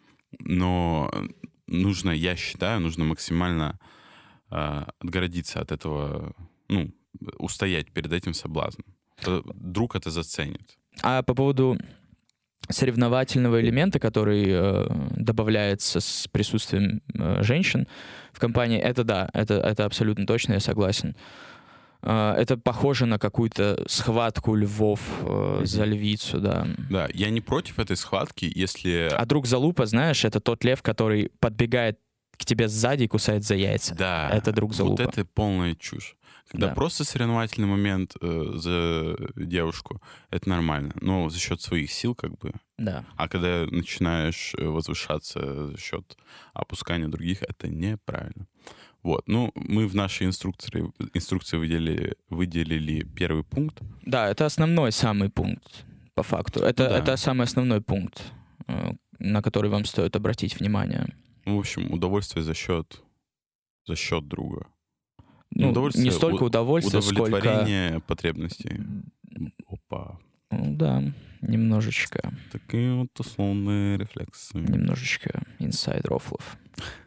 Speaker 2: но нужно, я считаю, нужно максимально а, отгородиться от этого, ну, устоять перед этим соблазном. То Друг это заценит.
Speaker 1: А по поводу соревновательного элемента, который э, добавляется с присутствием э, женщин в компании, это да, это, это абсолютно точно, я согласен. Э, это похоже на какую-то схватку львов э, за львицу, да.
Speaker 2: Да, я не против этой схватки, если...
Speaker 1: А друг залупа, знаешь, это тот лев, который подбегает к тебе сзади и кусает за яйца.
Speaker 2: Да,
Speaker 1: Это друг залупа.
Speaker 2: вот это полная чушь. Когда
Speaker 1: Да.
Speaker 2: просто соревновательный момент э, за девушку, это нормально. Но за счет своих сил, как бы.
Speaker 1: Да.
Speaker 2: А когда начинаешь э, возвышаться за счет опускания других, это неправильно. Вот. Ну, мы в нашей инструкции, инструкции выделили, выделили первый пункт.
Speaker 1: Да, это основной самый пункт, по факту. Это,
Speaker 2: Ну да.
Speaker 1: это самый основной пункт, э, на который вам стоит обратить внимание.
Speaker 2: Ну, в общем, удовольствие за счет, за счет друга.
Speaker 1: Ну,
Speaker 2: удовольствие,
Speaker 1: не столько
Speaker 2: у-
Speaker 1: удовольствия, сколько...
Speaker 2: Удовлетворение потребностей. Опа.
Speaker 1: Ну, да, немножечко,
Speaker 2: Такие вот условные рефлексы.
Speaker 1: немножечко инсайд рофлов.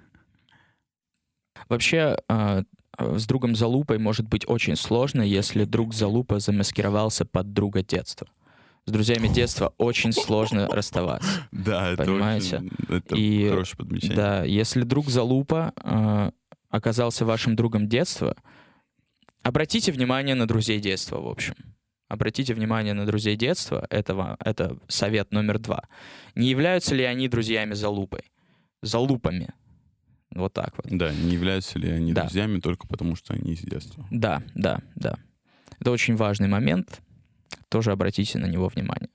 Speaker 1: Вообще, э, э, с другом залупой может быть очень сложно, если друг залупа замаскировался под друга детства. С друзьями детства очень сложно расставаться.
Speaker 2: Да, это
Speaker 1: Понимаете?
Speaker 2: очень... Это
Speaker 1: И,
Speaker 2: хорошее подмечание.
Speaker 1: Да, если друг залупа э, оказался вашим другом детства, обратите внимание на друзей детства, в общем. Обратите внимание на друзей детства, этого, это совет номер два. Не являются ли они друзьями залупой? Залупами. Вот так вот.
Speaker 2: Да, не являются ли они
Speaker 1: Да.
Speaker 2: друзьями только потому, что они из детства.
Speaker 1: Да, да, да. Это очень важный момент. тоже обратите на него внимание.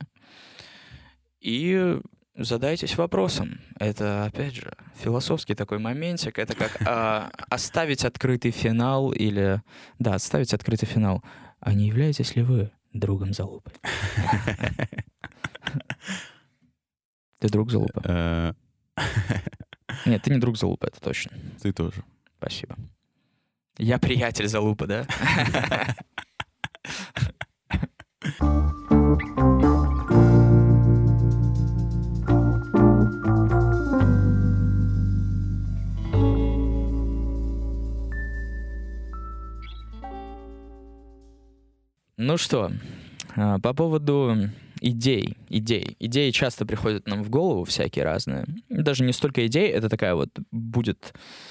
Speaker 1: И задайтесь вопросом. Это, опять же, философский такой моментик. Это как а, оставить открытый финал или... Да, оставить открытый финал. А не являетесь ли вы другом залупы? Ты друг залупы? Нет, ты не друг залупы, это точно.
Speaker 2: Ты тоже.
Speaker 1: Спасибо. Я приятель залупы, да? Ну что, по поводу идей, идей. Идеи часто приходят нам в голову, всякие разные. Даже не столько идей, это такая вот будет...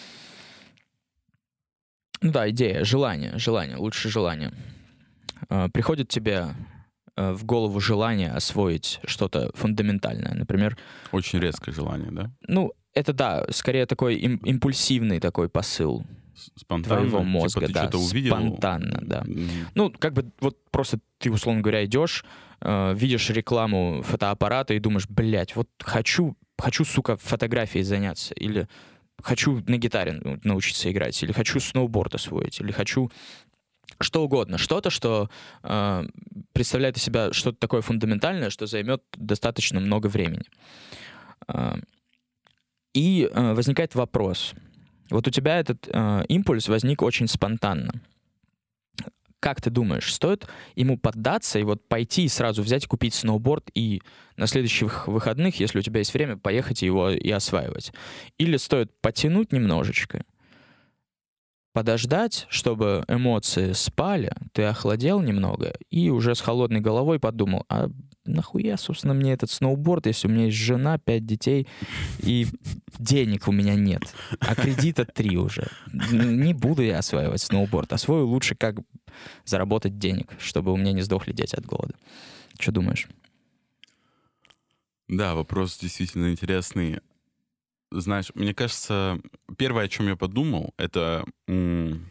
Speaker 1: Ну да, идея, желание, желание, лучше желание. Приходит тебе в голову желание освоить что-то фундаментальное, например...
Speaker 2: Очень резкое желание, да?
Speaker 1: Ну, это да, скорее такой им, импульсивный такой посыл.
Speaker 2: Спонтанно?
Speaker 1: Твоего мозга,
Speaker 2: типа, ты
Speaker 1: да,
Speaker 2: что-то увидел?
Speaker 1: спонтанно, да.
Speaker 2: Mm-hmm.
Speaker 1: Ну, как бы вот просто ты, условно говоря, идешь, э, видишь рекламу фотоаппарата и думаешь, блядь, вот хочу, хочу, сука, фотографией заняться, или хочу на гитаре научиться играть, или хочу сноуборд освоить, или хочу что угодно, что-то, что э, представляет из себя что-то такое фундаментальное, что займет достаточно много времени. Э, и э, возникает вопрос. Вот у тебя этот э, импульс возник очень спонтанно. Как ты думаешь, стоит ему поддаться и вот пойти и сразу взять и купить сноуборд и на следующих выходных, если у тебя есть время, поехать его и осваивать? Или стоит потянуть немножечко, подождать, чтобы эмоции спали, ты охладел немного и уже с холодной головой подумал, а нахуя, собственно, мне этот сноуборд, если у меня есть жена, пять детей и денег у меня нет, а кредита три уже. Не буду я осваивать сноуборд, освою лучше как заработать денег, чтобы у меня не сдохли дети от голода. Что думаешь?
Speaker 2: Да, вопрос действительно интересный. Знаешь, мне кажется, первое, о чем я подумал, это м-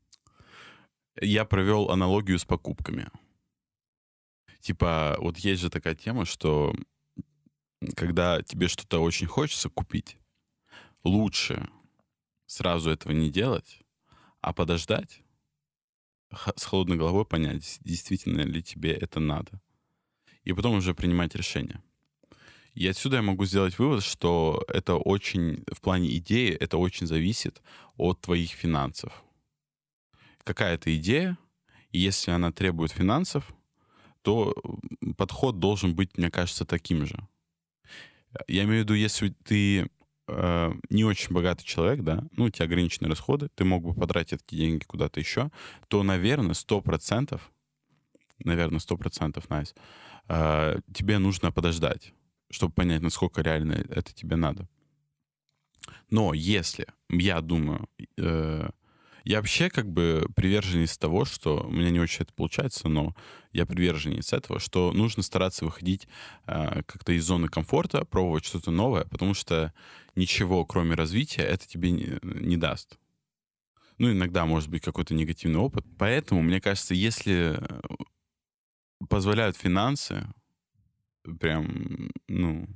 Speaker 2: я провел аналогию с покупками. Типа, вот есть же такая тема, что когда тебе что-то очень хочется купить, лучше сразу этого не делать, а подождать, х- с холодной головой понять, действительно ли тебе это надо. И потом уже принимать решение. И отсюда я могу сделать вывод, что это очень, в плане идеи, это очень зависит от твоих финансов. Какая-то идея, и если она требует финансов, то подход должен быть, мне кажется, таким же. Я имею в виду, если ты э, не очень богатый человек, да, ну, у тебя ограниченные расходы, ты мог бы потратить эти деньги куда-то еще, то, наверное, сто процентов, наверное, сто процентов, Найс, э, тебе нужно подождать, чтобы понять, насколько реально это тебе надо. Но если, я думаю, э, я вообще как бы приверженец того, что у меня не очень это получается, но я приверженец этого, что нужно стараться выходить э, как-то из зоны комфорта, пробовать что-то новое, потому что ничего, кроме развития, это тебе не, не даст. Ну, иногда может быть какой-то негативный опыт. Поэтому, мне кажется, если позволяют финансы, прям, ну,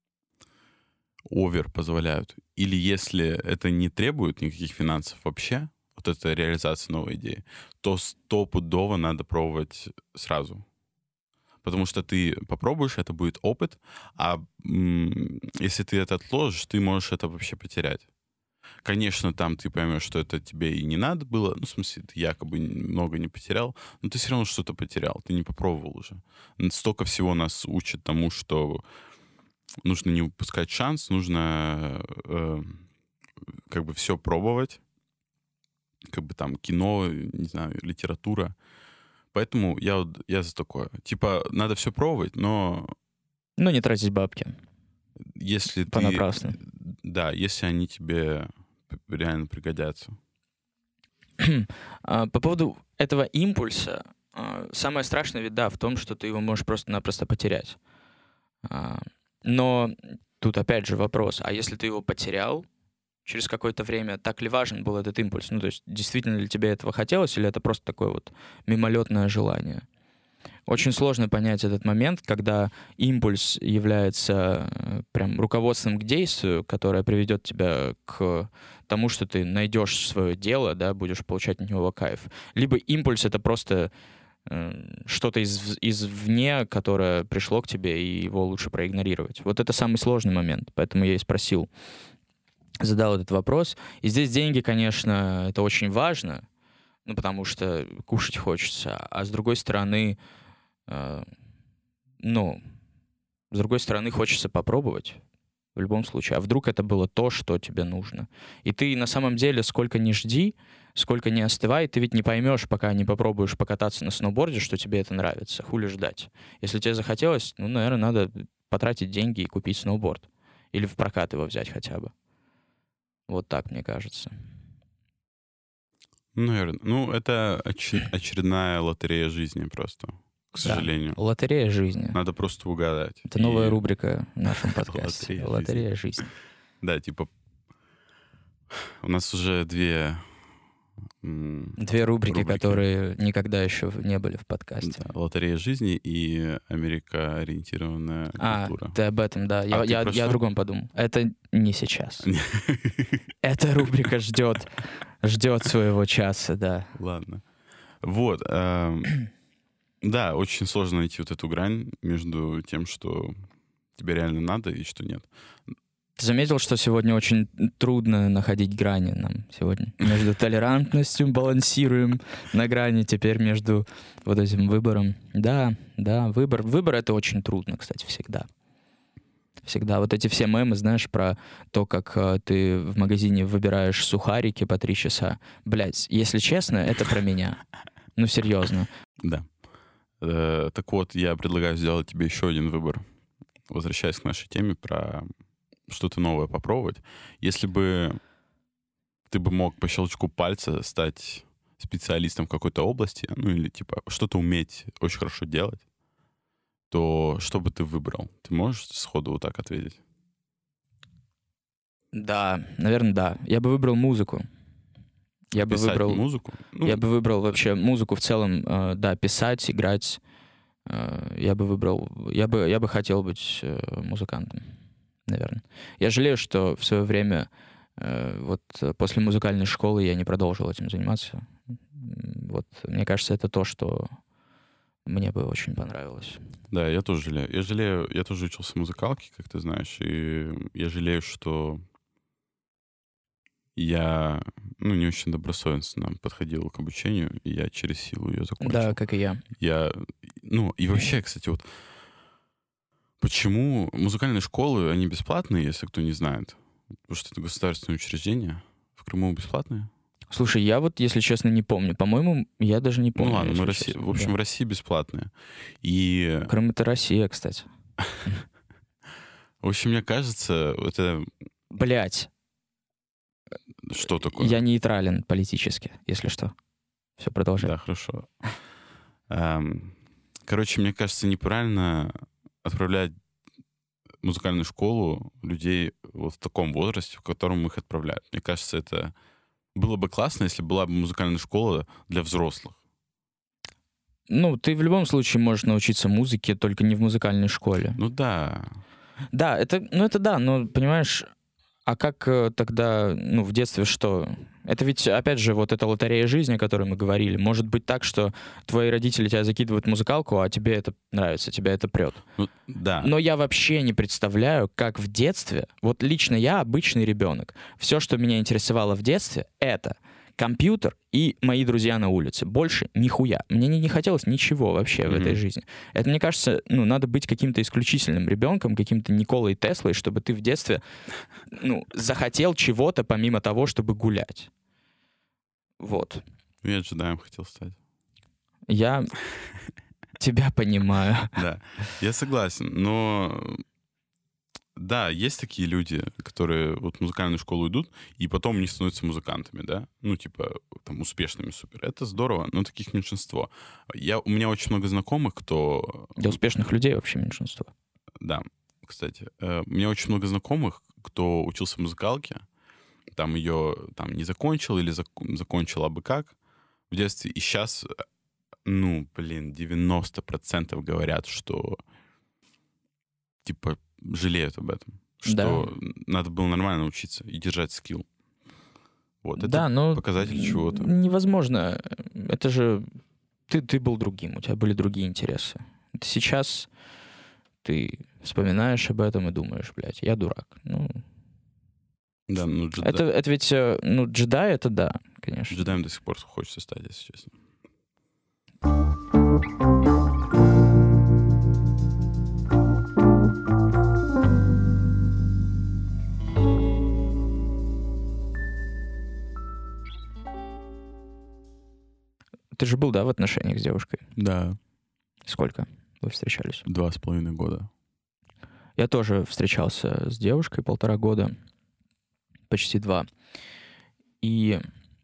Speaker 2: овер позволяют, или если это не требует никаких финансов вообще, вот эта реализация новой идеи, то стопудово надо пробовать сразу. Потому что ты попробуешь, это будет опыт, а м- если ты это отложишь, ты можешь это вообще потерять. Конечно, там ты поймешь, что это тебе и не надо было, ну, в смысле, ты якобы много не потерял, но ты все равно что-то потерял, ты не попробовал уже. Столько всего нас учат тому, что нужно не упускать шанс, нужно э, как бы все пробовать, как бы там кино, не знаю, литература. Поэтому я, я за такое. Типа, надо все пробовать, но...
Speaker 1: Ну, не тратить бабки.
Speaker 2: Если
Speaker 1: понапрасну.
Speaker 2: ты... Да, если они тебе реально пригодятся.
Speaker 1: По поводу этого импульса, самое страшное ведь, да, в том, что ты его можешь просто-напросто потерять. Но тут опять же вопрос, а если ты его потерял, через какое-то время, так ли важен был этот импульс? Ну, то есть, действительно ли тебе этого хотелось, или это просто такое вот мимолетное желание? Очень сложно понять этот момент, когда импульс является прям руководством к действию, которое приведет тебя к тому, что ты найдешь свое дело, да, будешь получать от него кайф. Либо импульс — это просто э, что-то из, извне, которое пришло к тебе, и его лучше проигнорировать. Вот это самый сложный момент, поэтому я и спросил, задал этот вопрос. И здесь деньги, конечно, это очень важно, ну, потому что кушать хочется. А с другой стороны, э, ну, с другой стороны, хочется попробовать в любом случае. А вдруг это было то, что тебе нужно? И ты на самом деле сколько ни жди, сколько ни остывай, ты ведь не поймешь, пока не попробуешь покататься на сноуборде, что тебе это нравится. Хули ждать. Если тебе захотелось, ну, наверное, надо потратить деньги и купить сноуборд. Или в прокат его взять хотя бы. Вот так, мне кажется.
Speaker 2: Наверное. Ну, это оч- очередная лотерея жизни просто, к сожалению.
Speaker 1: Да. Лотерея жизни.
Speaker 2: Надо просто угадать.
Speaker 1: Это
Speaker 2: И...
Speaker 1: новая рубрика в нашем подкасте.
Speaker 2: Лотерея,
Speaker 1: Лотерея жизни.
Speaker 2: Да, типа у нас уже две...
Speaker 1: Две рубрики, рубрики, которые никогда еще не были в подкасте.
Speaker 2: Да, лотерея жизни и Америка-ориентированная
Speaker 1: а,
Speaker 2: культура.
Speaker 1: Ты об этом, да. Я,
Speaker 2: а
Speaker 1: я, я о другом подумал. Это не сейчас. Эта рубрика ждет, ждет своего часа, да.
Speaker 2: Ладно. Вот. Да, очень сложно найти вот эту грань между тем, что тебе реально надо и что нет.
Speaker 1: Ты заметил, что сегодня очень трудно находить грани нам сегодня? Между толерантностью балансируем на грани, теперь между вот этим выбором. Да, да, выбор. Выбор — это очень трудно, кстати, всегда. Всегда. Вот эти все мемы, знаешь, про то, как э, ты в магазине выбираешь сухарики по три часа. Блять, если честно, это про меня. Ну, серьезно.
Speaker 2: Да. Э, так вот, я предлагаю сделать тебе еще один выбор. Возвращаясь к нашей теме про... что-то новое попробовать. Если бы ты бы мог по щелчку пальца стать специалистом в какой-то области, ну или типа что-то уметь очень хорошо делать, то что бы ты выбрал? Ты можешь сходу вот так ответить?
Speaker 1: Да, наверное, да. Я бы выбрал музыку. Я бы
Speaker 2: писать
Speaker 1: выбрал
Speaker 2: музыку? Ну...
Speaker 1: Я бы выбрал вообще музыку в целом, э, да, писать, играть. Э, я бы выбрал... Я бы, я бы хотел быть э, музыкантом. Наверное. Я жалею, что в свое время, э, вот после музыкальной школы я не продолжил этим заниматься. Вот, мне кажется, это то, что мне бы очень понравилось.
Speaker 2: Да, я тоже жалею. Я жалею, я тоже учился в музыкалке, как ты знаешь, и я жалею, что я, ну, не очень добросовестно подходил к обучению, и я через силу ее закончил.
Speaker 1: Да, как и я.
Speaker 2: Я, ну, и вообще, кстати, вот почему музыкальные школы, они бесплатные, если кто не знает? Потому что это государственные учреждения. В Крыму бесплатные?
Speaker 1: Слушай, я вот, если честно, не помню. По-моему, я даже не помню.
Speaker 2: Ну ладно, мы Россия, в общем, да. В России бесплатные. И...
Speaker 1: Крым — это Россия, кстати.
Speaker 2: В общем, мне кажется, это...
Speaker 1: Блять.
Speaker 2: Что такое?
Speaker 1: Я нейтрален политически, если что. Все, продолжай.
Speaker 2: Да, хорошо. Короче, мне кажется, неправильно отправлять в музыкальную школу людей вот в таком возрасте, в котором их отправляют. Мне кажется, это было бы классно, если была бы музыкальная школа для взрослых.
Speaker 1: Ну, ты в любом случае можешь научиться музыке, только не в музыкальной школе.
Speaker 2: Ну да.
Speaker 1: Да, это, ну это да, но, понимаешь, а как э, тогда, ну, в детстве что? Это ведь, опять же, вот эта лотерея жизни, о которой мы говорили. Может быть так, что твои родители тебя закидывают в музыкалку, а тебе это нравится, тебя это прет.
Speaker 2: Ну, да.
Speaker 1: Но я вообще не представляю, как в детстве, вот лично я обычный ребенок, все, что меня интересовало в детстве, это компьютер и мои друзья на улице. Больше нихуя. Мне не, не хотелось ничего вообще mm-hmm. в этой жизни. Это, мне кажется, ну, надо быть каким-то исключительным ребенком, каким-то Николой Теслой, чтобы ты в детстве, ну, захотел чего-то помимо того, чтобы гулять. Вот.
Speaker 2: Я джедаем хотел стать.
Speaker 1: Я тебя понимаю.
Speaker 2: Да, я согласен, но... Да, есть такие люди, которые вот в музыкальную школу идут, и потом не становятся музыкантами, да? Ну, типа, там, успешными супер. Это здорово, но таких меньшинство. Я, у меня очень много знакомых, кто...
Speaker 1: Для успешных людей вообще меньшинство.
Speaker 2: Да, кстати. У меня очень много знакомых, кто учился в музыкалке, там ее там, не закончил или зак- закончил абы как в детстве, и сейчас ну, блин, девяносто процентов говорят, что, типа, жалеют об этом. Что
Speaker 1: Да.
Speaker 2: надо было нормально учиться и держать скилл. Вот, это
Speaker 1: Да, но
Speaker 2: показатель чего-то.
Speaker 1: невозможно. Это же ты, ты был другим, у тебя были другие интересы. Это сейчас ты вспоминаешь об этом и думаешь, блядь, я дурак. Ну,
Speaker 2: Да, ну, джеда...
Speaker 1: это, это ведь, э, ну, джедай, это да, конечно.
Speaker 2: джедаем до сих пор хочется стать, если честно.
Speaker 1: Ты же был, да, в отношениях с девушкой?
Speaker 2: Да.
Speaker 1: Сколько вы встречались?
Speaker 2: Два с половиной года.
Speaker 1: Я тоже встречался с девушкой полтора года, почти два. И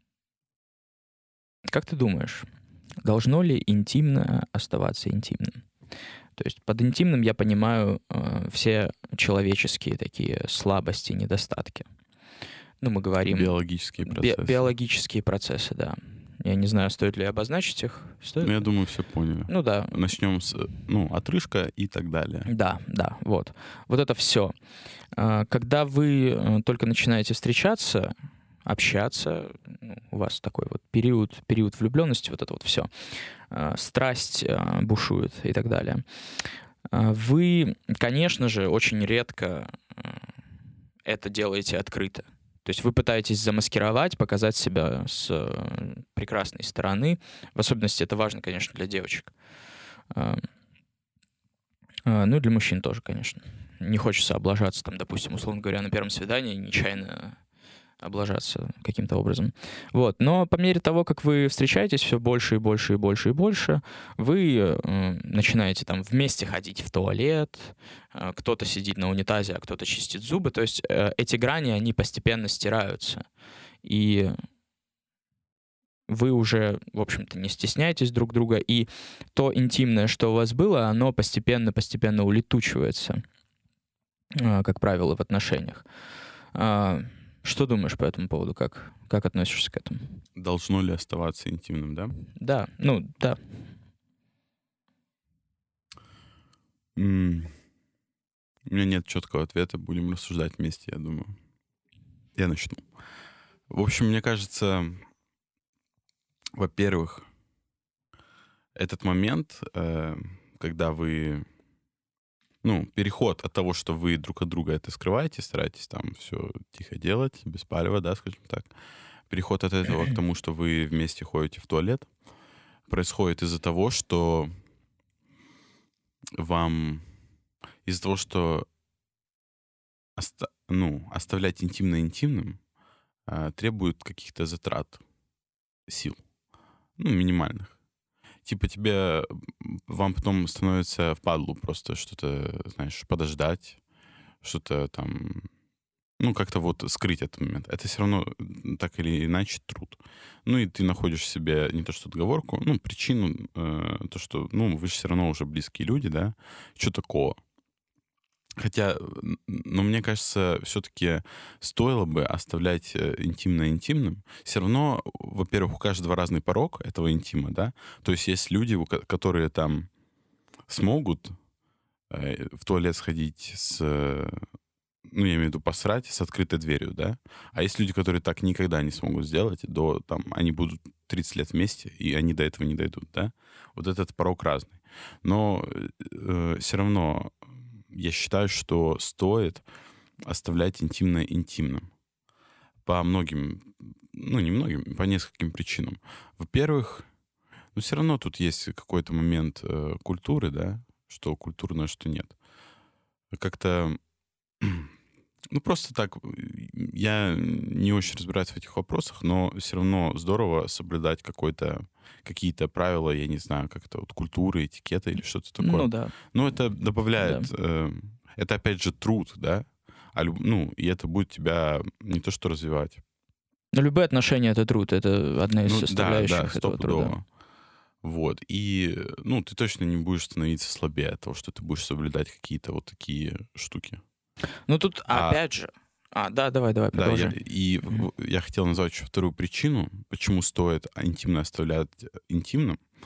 Speaker 1: как ты думаешь, должно ли интимно оставаться интимным? То есть под интимным я понимаю э, все человеческие такие слабости, недостатки. Ну, мы говорим...
Speaker 2: Биологические процессы.
Speaker 1: Би- биологические процессы, да. Я не знаю, стоит ли обозначить их. Стоит?
Speaker 2: Ну, я думаю, все поняли.
Speaker 1: Ну да.
Speaker 2: Начнем с, ну, отрыжка и так далее.
Speaker 1: Да, да, вот. Вот это все. Когда вы только начинаете встречаться, общаться, ну, у вас такой вот период, период влюбленности, вот это вот все, страсть бушует и так далее. Вы, конечно же, очень редко это делаете открыто. То есть вы пытаетесь замаскировать, показать себя с прекрасной стороны. В особенности это важно, конечно, для девочек. Ну и для мужчин тоже, конечно. Не хочется облажаться, там, допустим, условно говоря, на первом свидании, нечаянно облажаться каким-то образом. Вот. Но по мере того, как вы встречаетесь все больше и больше и больше и больше, вы э, начинаете там вместе ходить в туалет, э, кто-то сидит на унитазе, а кто-то чистит зубы. То есть э, эти грани, они постепенно стираются. И вы уже, в общем-то, не стесняетесь друг друга, и то интимное, что у вас было, оно постепенно-постепенно улетучивается, э, как правило, в отношениях. Э, Что думаешь по этому поводу? Как, как относишься к этому?
Speaker 2: Должно ли оставаться интимным, да?
Speaker 1: Да, ну, да.
Speaker 2: М- У меня нет четкого ответа. Будем рассуждать вместе, я думаю. Я начну. В общем, мне кажется, во-первых, этот момент, э, когда вы... Ну, переход от того, что вы друг от друга это скрываете, стараетесь там все тихо делать, без палева, да, скажем так. Переход от этого к тому, что вы вместе ходите в туалет, происходит из-за того, что вам... Из-за того, что оста... ну, оставлять интимно интимным э, требует каких-то затрат сил, ну, минимальных. Типа тебе, вам потом становится впадлу просто что-то, знаешь, подождать, что-то там, ну, как-то вот скрыть этот момент. Это все равно так или иначе труд. Ну, и ты находишь себе не то что отговорку, ну, причину, э, то, что, ну, вы же все равно уже близкие люди, да, что такого. Хотя, но мне кажется, все-таки стоило бы оставлять интимно интимным. Все равно, во-первых, у каждого разный порог этого интима, да. То есть есть люди, которые там смогут в туалет сходить с, ну, я имею в виду посрать с открытой дверью, да. А есть люди, которые так никогда не смогут сделать, до там они будут тридцать лет вместе, и они до этого не дойдут, да. Вот этот порог разный. Но э, все равно я считаю, что стоит оставлять интимное интимным. По многим, ну, не многим, по нескольким причинам. Во-первых, ну, все равно тут есть какой-то момент э, культуры, да, что культурно, что нет. Как-то, ну, просто так, я не очень разбираюсь в этих вопросах, но все равно здорово соблюдать какой-то, какие-то правила, я не знаю, как это, вот культуры, этикета или что-то такое.
Speaker 1: Ну, да.
Speaker 2: Ну, это добавляет,
Speaker 1: Да.
Speaker 2: э, это опять же труд, да, а, люб- ну, и это будет тебя не то что развивать.
Speaker 1: Но любые отношения — это труд, это одна из
Speaker 2: Ну,
Speaker 1: составляющих
Speaker 2: да, да,
Speaker 1: этого труда.
Speaker 2: стопудово. Вот. И, ну, ты точно не будешь становиться слабее от того, что ты будешь соблюдать какие-то вот такие штуки.
Speaker 1: Ну, тут
Speaker 2: А-
Speaker 1: опять же... А, да, давай, давай,
Speaker 2: Да, я,
Speaker 1: продолжи.
Speaker 2: и в- я хотел назвать еще вторую причину, почему стоит интимно оставлять интимным.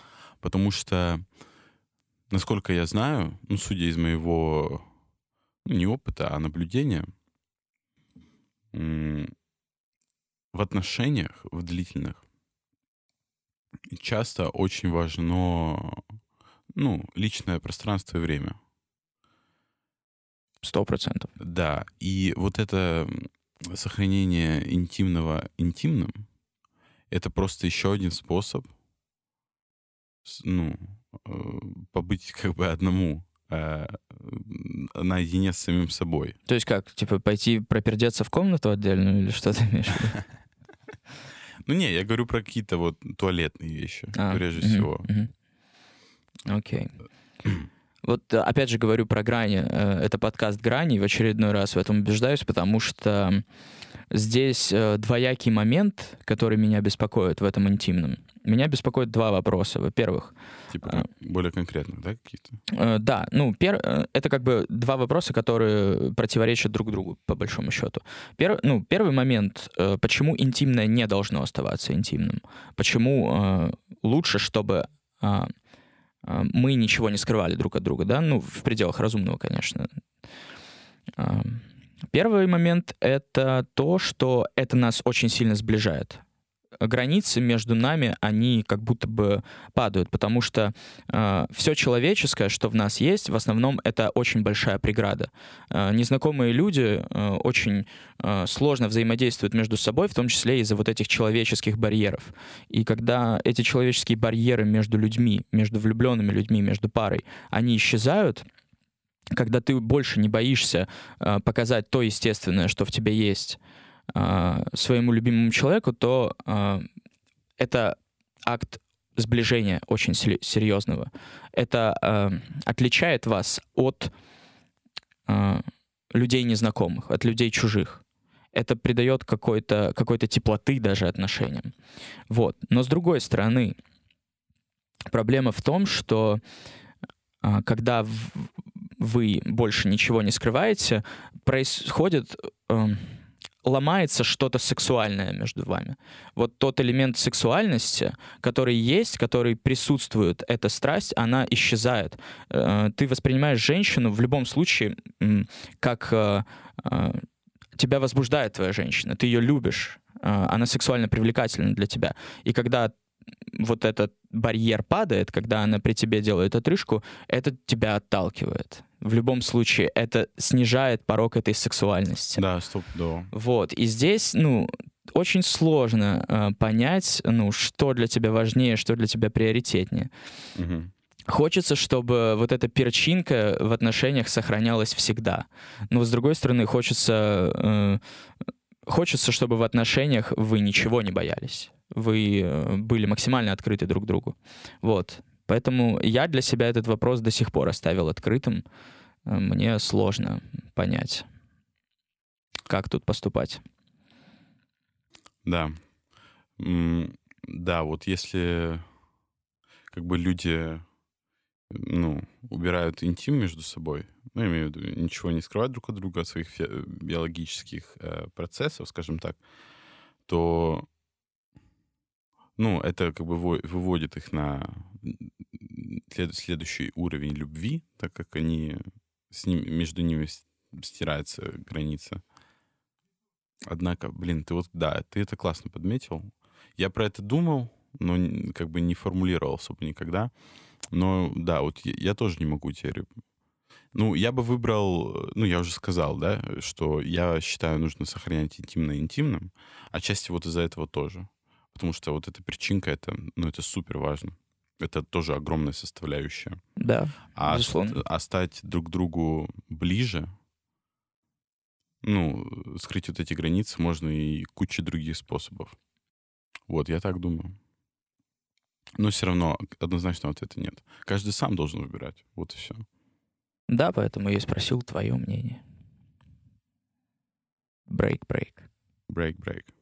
Speaker 2: Потому что, насколько я знаю, ну, судя из моего, ну, не опыта, а наблюдения, м, в отношениях, в длительных, часто очень важно, ну, личное пространство и время.
Speaker 1: Сто процентов.
Speaker 2: Да, и вот это м, сохранение интимного интимным, это просто еще один способ, с- ну, э, побыть как бы одному, э, м, наедине с самим собой.
Speaker 1: То есть как, типа, пойти пропердеться в комнату отдельную или что ты имеешь в виду?
Speaker 2: Ну не, я говорю про какие-то вот туалетные вещи,
Speaker 1: А,
Speaker 2: прежде
Speaker 1: мгм,
Speaker 2: всего.
Speaker 1: мгм. Окей. Вот э, опять же говорю про грани. Э, Это подкаст «Грани», и в очередной раз в этом убеждаюсь, потому что здесь э, двоякий момент, который меня беспокоит в этом интимном. Меня беспокоит два вопроса. Во-первых,
Speaker 2: Типа
Speaker 1: а,
Speaker 2: как более конкретных, да, каких-то?
Speaker 1: э, да, ну, пер, э, это как бы два вопроса, которые противоречат друг другу, по большому счету. Пер, ну, первый момент, э, почему интимное не должно оставаться интимным? Почему э, лучше, чтобы а, а, мы ничего не скрывали друг от друга, да? Ну, в пределах разумного, конечно. А, Первый момент — это то, что это нас очень сильно сближает. Границы между нами, они как будто бы падают, потому что э, все человеческое, что в нас есть, в основном это очень большая преграда. Э, незнакомые люди э, очень э, сложно взаимодействуют между собой, в том числе из-за вот этих человеческих барьеров. И когда эти человеческие барьеры между людьми, между влюбленными людьми, между парой, они исчезают, когда ты больше не боишься э, показать то естественное, что в тебе есть, э, своему любимому человеку, то э, это акт сближения очень сери- серьезного. Это э, отличает вас от э, людей незнакомых, от людей чужих. Это придает какой-то, какой-то теплоты даже отношениям. Вот. Но с другой стороны, проблема в том, что э, когда в- вы больше ничего не скрываете, происходит, эм, ломается что-то сексуальное между вами. Вот тот элемент сексуальности, который есть, который присутствует, эта страсть, она исчезает. Э, Ты воспринимаешь женщину в любом случае м, как э, э, тебя возбуждает твоя женщина, ты ее любишь, э, она сексуально привлекательна для тебя. И когда вот этот барьер падает, когда она при тебе делает отрыжку, это тебя отталкивает. В любом случае, это снижает порог этой сексуальности.
Speaker 2: Да, стопудово.
Speaker 1: Вот. И здесь, ну, очень сложно э, понять, ну, что для тебя важнее, что для тебя приоритетнее.
Speaker 2: Мгм.
Speaker 1: Хочется, чтобы вот эта перчинка в отношениях сохранялась всегда. Но, с другой стороны, хочется, э, хочется, чтобы в отношениях вы ничего не боялись. Вы э, были максимально открыты друг другу. Вот. Поэтому я для себя этот вопрос до сих пор оставил открытым. Э, Мне сложно понять, как тут поступать.
Speaker 2: Да. М, Да, вот если как бы люди, ну, убирают интим между собой, ну, я имею в виду, ничего не скрывают друг от друга, от своих фи- биологических э, процессов, скажем так, то, ну, это как бы во- выводит их на след- следующий уровень любви, так как они с ним, между ними с- стирается граница. Однако, блин, ты вот, да, ты это классно подметил. Я про это думал, но н- как бы не формулировал особо никогда. Но да, вот я, я тоже не могу теперь. Ну, я бы выбрал, э, ну, я уже сказал, да, что я считаю, нужно сохранять интимное интимным, отчасти вот из-за этого тоже. Потому что вот эта причинка, это, ну, это супер важно. Это тоже огромная составляющая.
Speaker 1: Да,
Speaker 2: А, ст-
Speaker 1: безусловно.
Speaker 2: а стать друг другу ближе, ну, скрыть вот эти границы можно и куча других способов. Вот, я так думаю. Но все равно однозначного ответа нет. Каждый сам должен выбирать. Вот и все.
Speaker 1: Да, поэтому я и спросил твое мнение. Брейк-брейк.
Speaker 2: Break, break.